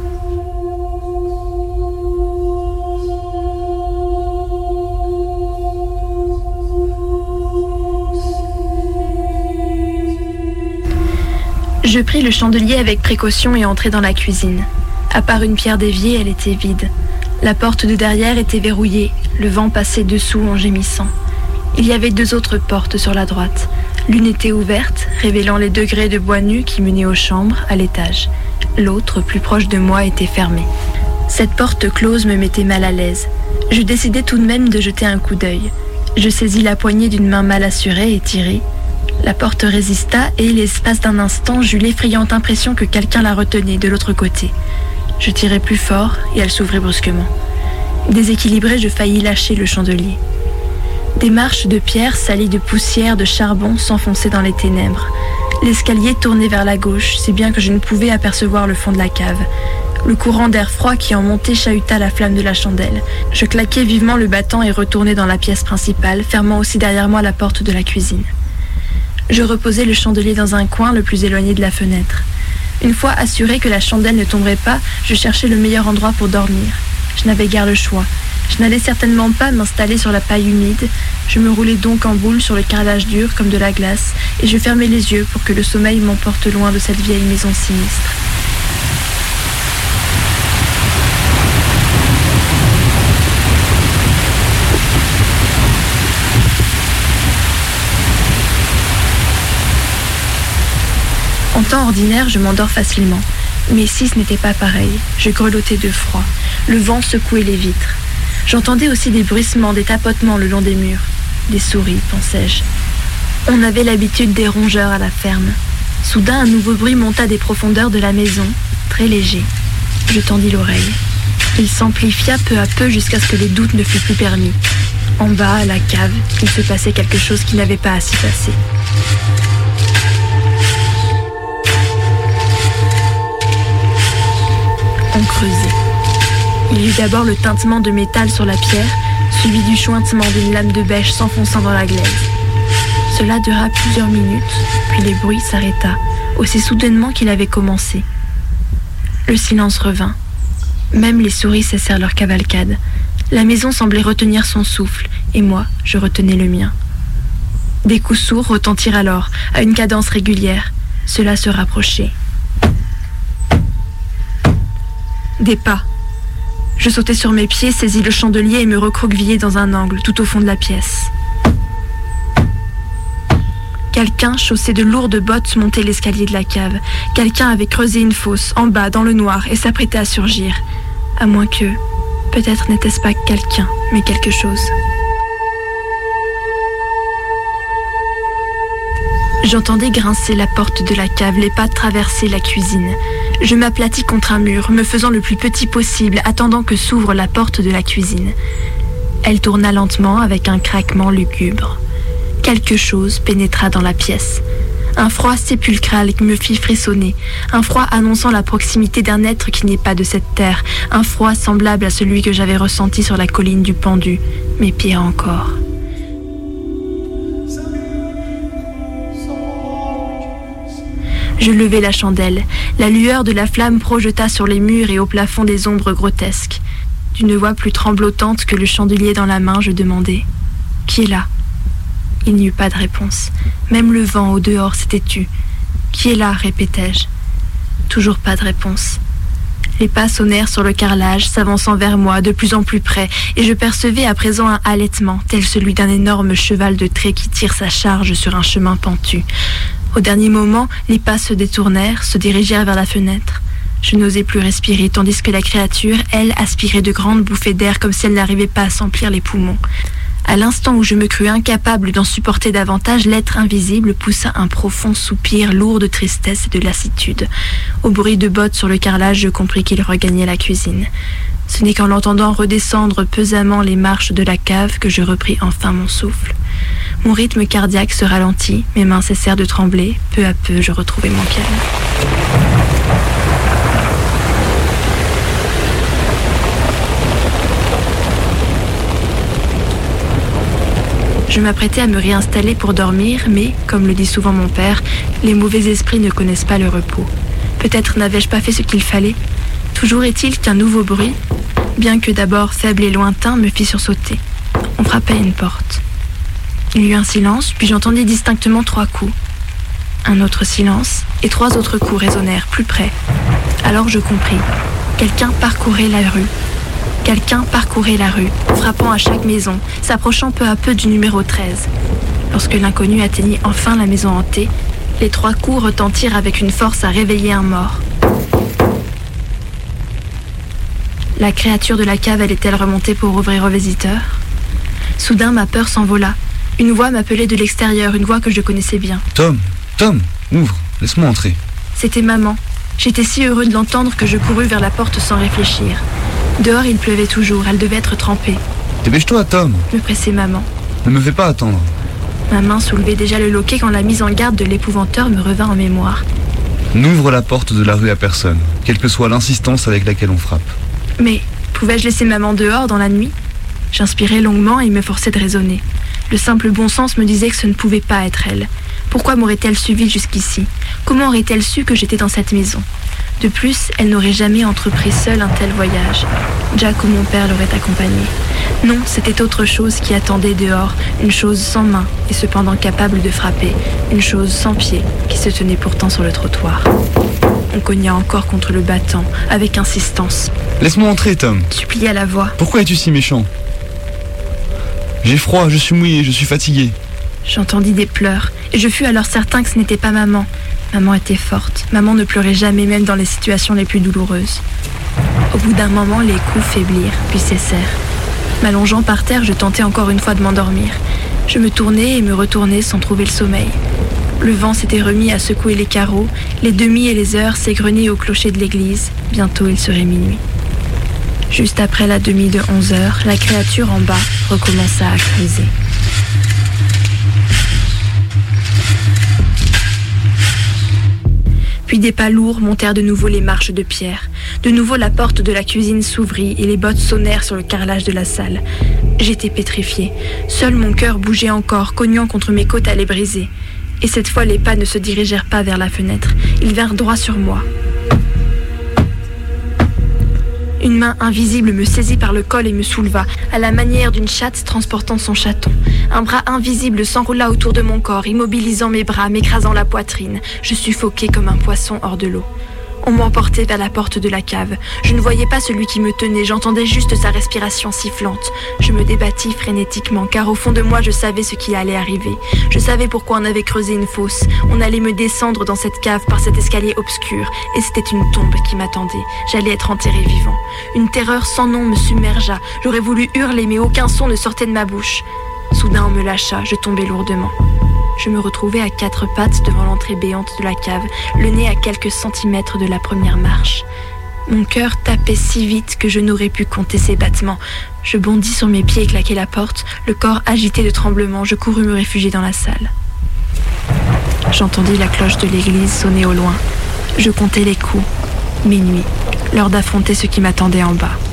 D: Je pris le chandelier avec précaution et entrai dans la cuisine. À part une pierre déviée, elle était vide. La porte de derrière était verrouillée, le vent passait dessous en gémissant. Il y avait deux autres portes sur la droite. L'une était ouverte, révélant les degrés de bois nus qui menaient aux chambres, à l'étage. L'autre, plus proche de moi, était fermée. Cette porte close me mettait mal à l'aise. Je décidai tout de même de jeter un coup d'œil. Je saisis la poignée d'une main mal assurée et tirai. La porte résista et, l'espace d'un instant, j'eus l'effrayante impression que quelqu'un la retenait de l'autre côté. Je tirai plus fort et elle s'ouvrit brusquement. Déséquilibré, je faillis lâcher le chandelier. Des marches de pierre salies de poussière, de charbon s'enfonçaient dans les ténèbres. L'escalier tournait vers la gauche, si bien que je ne pouvais apercevoir le fond de la cave. Le courant d'air froid qui en montait chahuta la flamme de la chandelle. Je claquai vivement le battant et retournai dans la pièce principale, fermant aussi derrière moi la porte de la cuisine. Je reposai le chandelier dans un coin le plus éloigné de la fenêtre. Une fois assuré que la chandelle ne tomberait pas, je cherchai le meilleur endroit pour dormir. Je n'avais guère le choix. Je n'allais certainement pas m'installer sur la paille humide. Je me roulai donc en boule sur le carrelage dur comme de la glace et je fermai les yeux pour que le sommeil m'emporte loin de cette vieille maison sinistre. En temps ordinaire, je m'endors facilement. Mais ici, ce n'était pas pareil. Je grelottais de froid. Le vent secouait les vitres. J'entendais aussi des bruissements, des tapotements le long des murs. Des souris, pensais-je. On avait l'habitude des rongeurs à la ferme. Soudain, un nouveau bruit monta des profondeurs de la maison, très léger. Je tendis l'oreille. Il s'amplifia peu à peu jusqu'à ce que les doutes ne fussent plus permis. En bas, à la cave, il se passait quelque chose qui n'avait pas à s'y passer. creuser. Il y eut d'abord le tintement de métal sur la pierre, suivi du chointement d'une lame de bêche s'enfonçant dans la glaise. Cela dura plusieurs minutes, puis le bruit s'arrêta, aussi soudainement qu'il avait commencé. Le silence revint. Même les souris cessèrent leur cavalcade. La maison semblait retenir son souffle, et moi, je retenais le mien. Des coups sourds retentirent alors, à une cadence régulière. Cela se rapprochait. Des pas. Je sautai sur mes pieds, saisis le chandelier et me recroquevillai dans un angle, tout au fond de la pièce. Quelqu'un, chaussé de lourdes bottes, montait l'escalier de la cave. Quelqu'un avait creusé une fosse, en bas, dans le noir, et s'apprêtait à surgir. À moins que... Peut-être n'était-ce pas quelqu'un, mais quelque chose. J'entendais grincer la porte de la cave, les pas traverser la cuisine. Je m'aplatis contre un mur, me faisant le plus petit possible, attendant que s'ouvre la porte de la cuisine. Elle tourna lentement avec un craquement lugubre. Quelque chose pénétra dans la pièce. Un froid sépulcral qui me fit frissonner, un froid annonçant la proximité d'un être qui n'est pas de cette terre, un froid semblable à celui que j'avais ressenti sur la colline du Pendu, mais pire encore. Je levai la chandelle. La lueur de la flamme projeta sur les murs et au plafond des ombres grotesques. D'une voix plus tremblotante que le chandelier dans la main, je demandai « Qui est là ?» Il n'y eut pas de réponse. Même le vent au dehors s'était tu. « Qui est là ?» répétai-je. Toujours pas de réponse. Les pas sonnèrent sur le carrelage, s'avançant vers moi, de plus en plus près, et je percevais à présent un halètement, tel celui d'un énorme cheval de trait qui tire sa charge sur un chemin pentu. Au dernier moment, les pas se détournèrent, se dirigèrent vers la fenêtre. Je n'osais plus respirer, tandis que la créature, elle, aspirait de grandes bouffées d'air comme si elle n'arrivait pas à s'emplir les poumons. À l'instant où je me crus incapable d'en supporter davantage, l'être invisible poussa un profond soupir lourd de tristesse et de lassitude. Au bruit de bottes sur le carrelage, je compris qu'il regagnait la cuisine. Ce n'est qu'en l'entendant redescendre pesamment les marches de la cave que je repris enfin mon souffle. Mon rythme cardiaque se ralentit, mes mains cessèrent de trembler. Peu à peu, je retrouvai mon calme. Je m'apprêtais à me réinstaller pour dormir, mais, comme le dit souvent mon père, les mauvais esprits ne connaissent pas le repos. Peut-être n'avais-je pas fait ce qu'il fallait. Toujours est-il qu'un nouveau bruit, bien que d'abord faible et lointain, me fit sursauter. On frappait à une porte. Il y eut un silence, puis j'entendis distinctement trois coups. Un autre silence, et trois autres coups résonnèrent plus près. Alors je compris. Quelqu'un parcourait la rue. Quelqu'un parcourait la rue, frappant à chaque maison, s'approchant peu à peu du numéro treize. Lorsque l'inconnu atteignit enfin la maison hantée, les trois coups retentirent avec une force à réveiller un mort. La créature de la cave allait-elle remonter pour ouvrir aux visiteurs ? Soudain, ma peur s'envola. Une voix m'appelait de l'extérieur, une voix que je connaissais bien.
A: Tom, Tom, ouvre, laisse-moi entrer.
D: C'était maman. J'étais si heureux de l'entendre que je courus vers la porte sans réfléchir. Dehors, il pleuvait toujours, elle devait être trempée.
A: Dépêche-toi, Tom,
D: me pressait maman.
A: Ne me fais pas attendre.
D: Ma main soulevait déjà le loquet quand la mise en garde de l'épouvanteur me revint en mémoire.
A: N'ouvre la porte de la rue à personne, quelle que soit l'insistance avec laquelle on frappe.
D: Mais pouvais-je laisser maman dehors dans la nuit ? J'inspirais longuement et me forçais de raisonner. Le simple bon sens me disait que ce ne pouvait pas être elle. Pourquoi m'aurait-elle suivi jusqu'ici ? Comment aurait-elle su que j'étais dans cette maison ? De plus, elle n'aurait jamais entrepris seule un tel voyage. Jack ou mon père l'auraient accompagnée. Non, c'était autre chose qui attendait dehors, une chose sans main et cependant capable de frapper, une chose sans pied qui se tenait pourtant sur le trottoir. On cogna encore contre le battant, avec insistance.
A: Laisse-moi entrer, Tom,
D: supplia la voix.
A: Pourquoi es-tu si méchant ? J'ai froid, je suis mouillé, je suis fatigué.
D: J'entendis des pleurs, et je fus alors certain que ce n'était pas maman. Maman était forte, maman ne pleurait jamais, même dans les situations les plus douloureuses. Au bout d'un moment, les coups faiblirent, puis cessèrent. M'allongeant par terre, je tentais encore une fois de m'endormir. Je me tournais et me retournais sans trouver le sommeil. Le vent s'était remis à secouer les carreaux, les demi et les heures s'égrenaient au clocher de l'église. Bientôt il serait minuit. Juste après la demi de onze heures, la créature en bas recommença à creuser. Puis des pas lourds montèrent de nouveau les marches de pierre.
B: De nouveau, la porte de la cuisine s'ouvrit et les bottes sonnèrent sur le carrelage de la salle. J'étais pétrifiée. Seul mon cœur bougeait encore, cognant contre mes côtes à les briser. Et cette fois, les pas ne se dirigèrent pas vers la fenêtre. Ils vinrent droit sur moi. Une main invisible me saisit par le col et me souleva, à la manière d'une chatte transportant son chaton. Un bras invisible s'enroula autour de mon corps, immobilisant mes bras, m'écrasant la poitrine. Je suffoquais comme un poisson hors de l'eau. On m'emportait vers la porte de la cave. Je ne voyais pas celui qui me tenait, j'entendais juste sa respiration sifflante. Je me débattis frénétiquement, car au fond de moi, je savais ce qui allait arriver. Je savais pourquoi on avait creusé une fosse. On allait me descendre dans cette cave par cet escalier obscur, et c'était une tombe qui m'attendait. J'allais être enterré vivant. Une terreur sans nom me submergea. J'aurais voulu hurler, mais aucun son ne sortait de ma bouche. Soudain, on me lâcha, je tombai lourdement. Je me retrouvais à quatre pattes devant l'entrée béante de la cave, le nez à quelques centimètres de la première marche. Mon cœur tapait si vite que je n'aurais pu compter ses battements. Je bondis sur mes pieds et claquai la porte, le corps agité de tremblements. Je courus me réfugier dans la salle. J'entendis la cloche de l'église sonner au loin. Je comptais les coups. Minuit, l'heure d'affronter ce qui m'attendait en bas.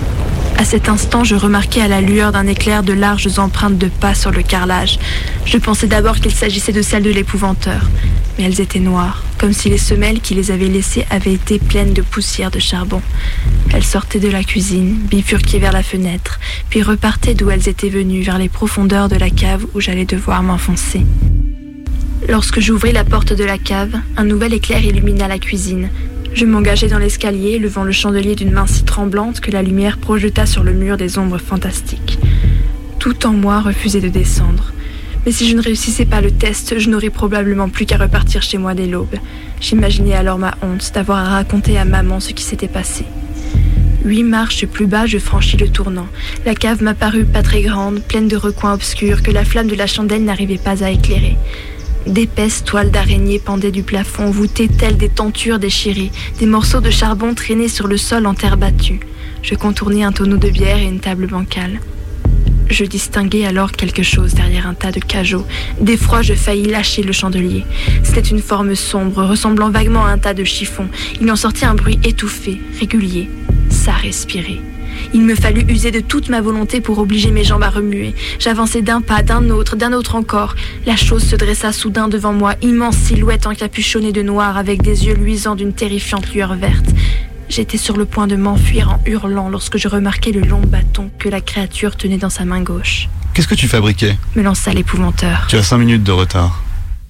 B: À cet instant, je remarquai à la lueur d'un éclair de larges empreintes de pas sur le carrelage. Je pensais d'abord qu'il s'agissait de celles de l'épouvanteur, mais elles étaient noires, comme si les semelles qui les avaient laissées avaient été pleines de poussière de charbon. Elles sortaient de la cuisine, bifurquaient vers la fenêtre, puis repartaient d'où elles étaient venues, vers les profondeurs de la cave où j'allais devoir m'enfoncer. Lorsque j'ouvris la porte de la cave, un nouvel éclair illumina la cuisine. Je m'engageai dans l'escalier, levant le chandelier d'une main si tremblante que la lumière projeta sur le mur des ombres fantastiques. Tout en moi refusait de descendre. Mais si je ne réussissais pas le test, je n'aurais probablement plus qu'à repartir chez moi dès l'aube. J'imaginais alors ma honte d'avoir à raconter à maman ce qui s'était passé. Huit marches plus bas, je franchis le tournant. La cave m'apparut pas très grande, pleine de recoins obscurs que la flamme de la chandelle n'arrivait pas à éclairer. D'épaisses toiles d'araignée pendaient du plafond, voûtées telles des tentures déchirées. Des morceaux de charbon traînaient sur le sol en terre battue. Je contournai un tonneau de bière et une table bancale. Je distinguai alors quelque chose derrière un tas de cajots. D'effroi, je faillis lâcher le chandelier. C'était une forme sombre, ressemblant vaguement à un tas de chiffons. Il en sortit un bruit étouffé, régulier. Ça respirait. Il me fallut user de toute ma volonté pour obliger mes jambes à remuer. J'avançai d'un pas, d'un autre, d'un autre encore. La chose se dressa soudain devant moi, immense silhouette encapuchonnée de noir avec des yeux luisants d'une terrifiante lueur verte. J'étais sur le point de m'enfuir en hurlant lorsque je remarquai le long bâton que la créature tenait dans sa main gauche.
A: Qu'est-ce que tu fabriquais ?
B: Me lança l'épouvanteur.
A: Tu as cinq minutes de retard.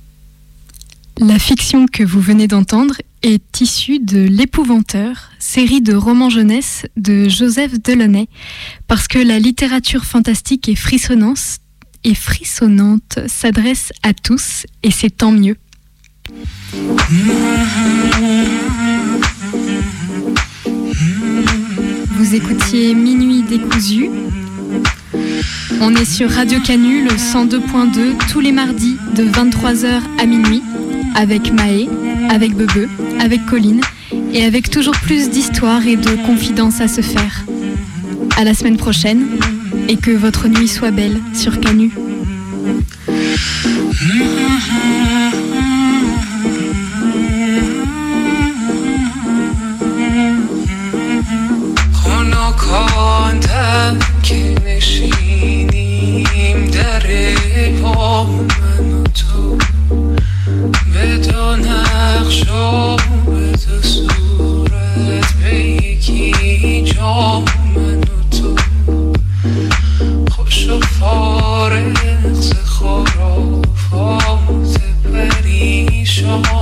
S: La fiction que vous venez d'entendre est issue de L'Épouvanteur, série de romans jeunesse de Joseph Delaunay, parce que la littérature fantastique et frissonnante, et frissonnante s'adresse à tous, et c'est tant mieux. Vous écoutiez Minuit décousu. On est sur Radio Canu, le cent deux point deux, tous les mardis de vingt-trois heures à minuit, avec Maë, avec Bebe, avec Colline, et avec toujours plus d'histoires et de confidences à se faire. À la semaine prochaine, et que votre nuit soit belle sur Canu.
R: که نشینیم در پا من و تو به دو نقش و به دو صورت به یکی جا من و تو خوش و فارغ ز خرافات پریشان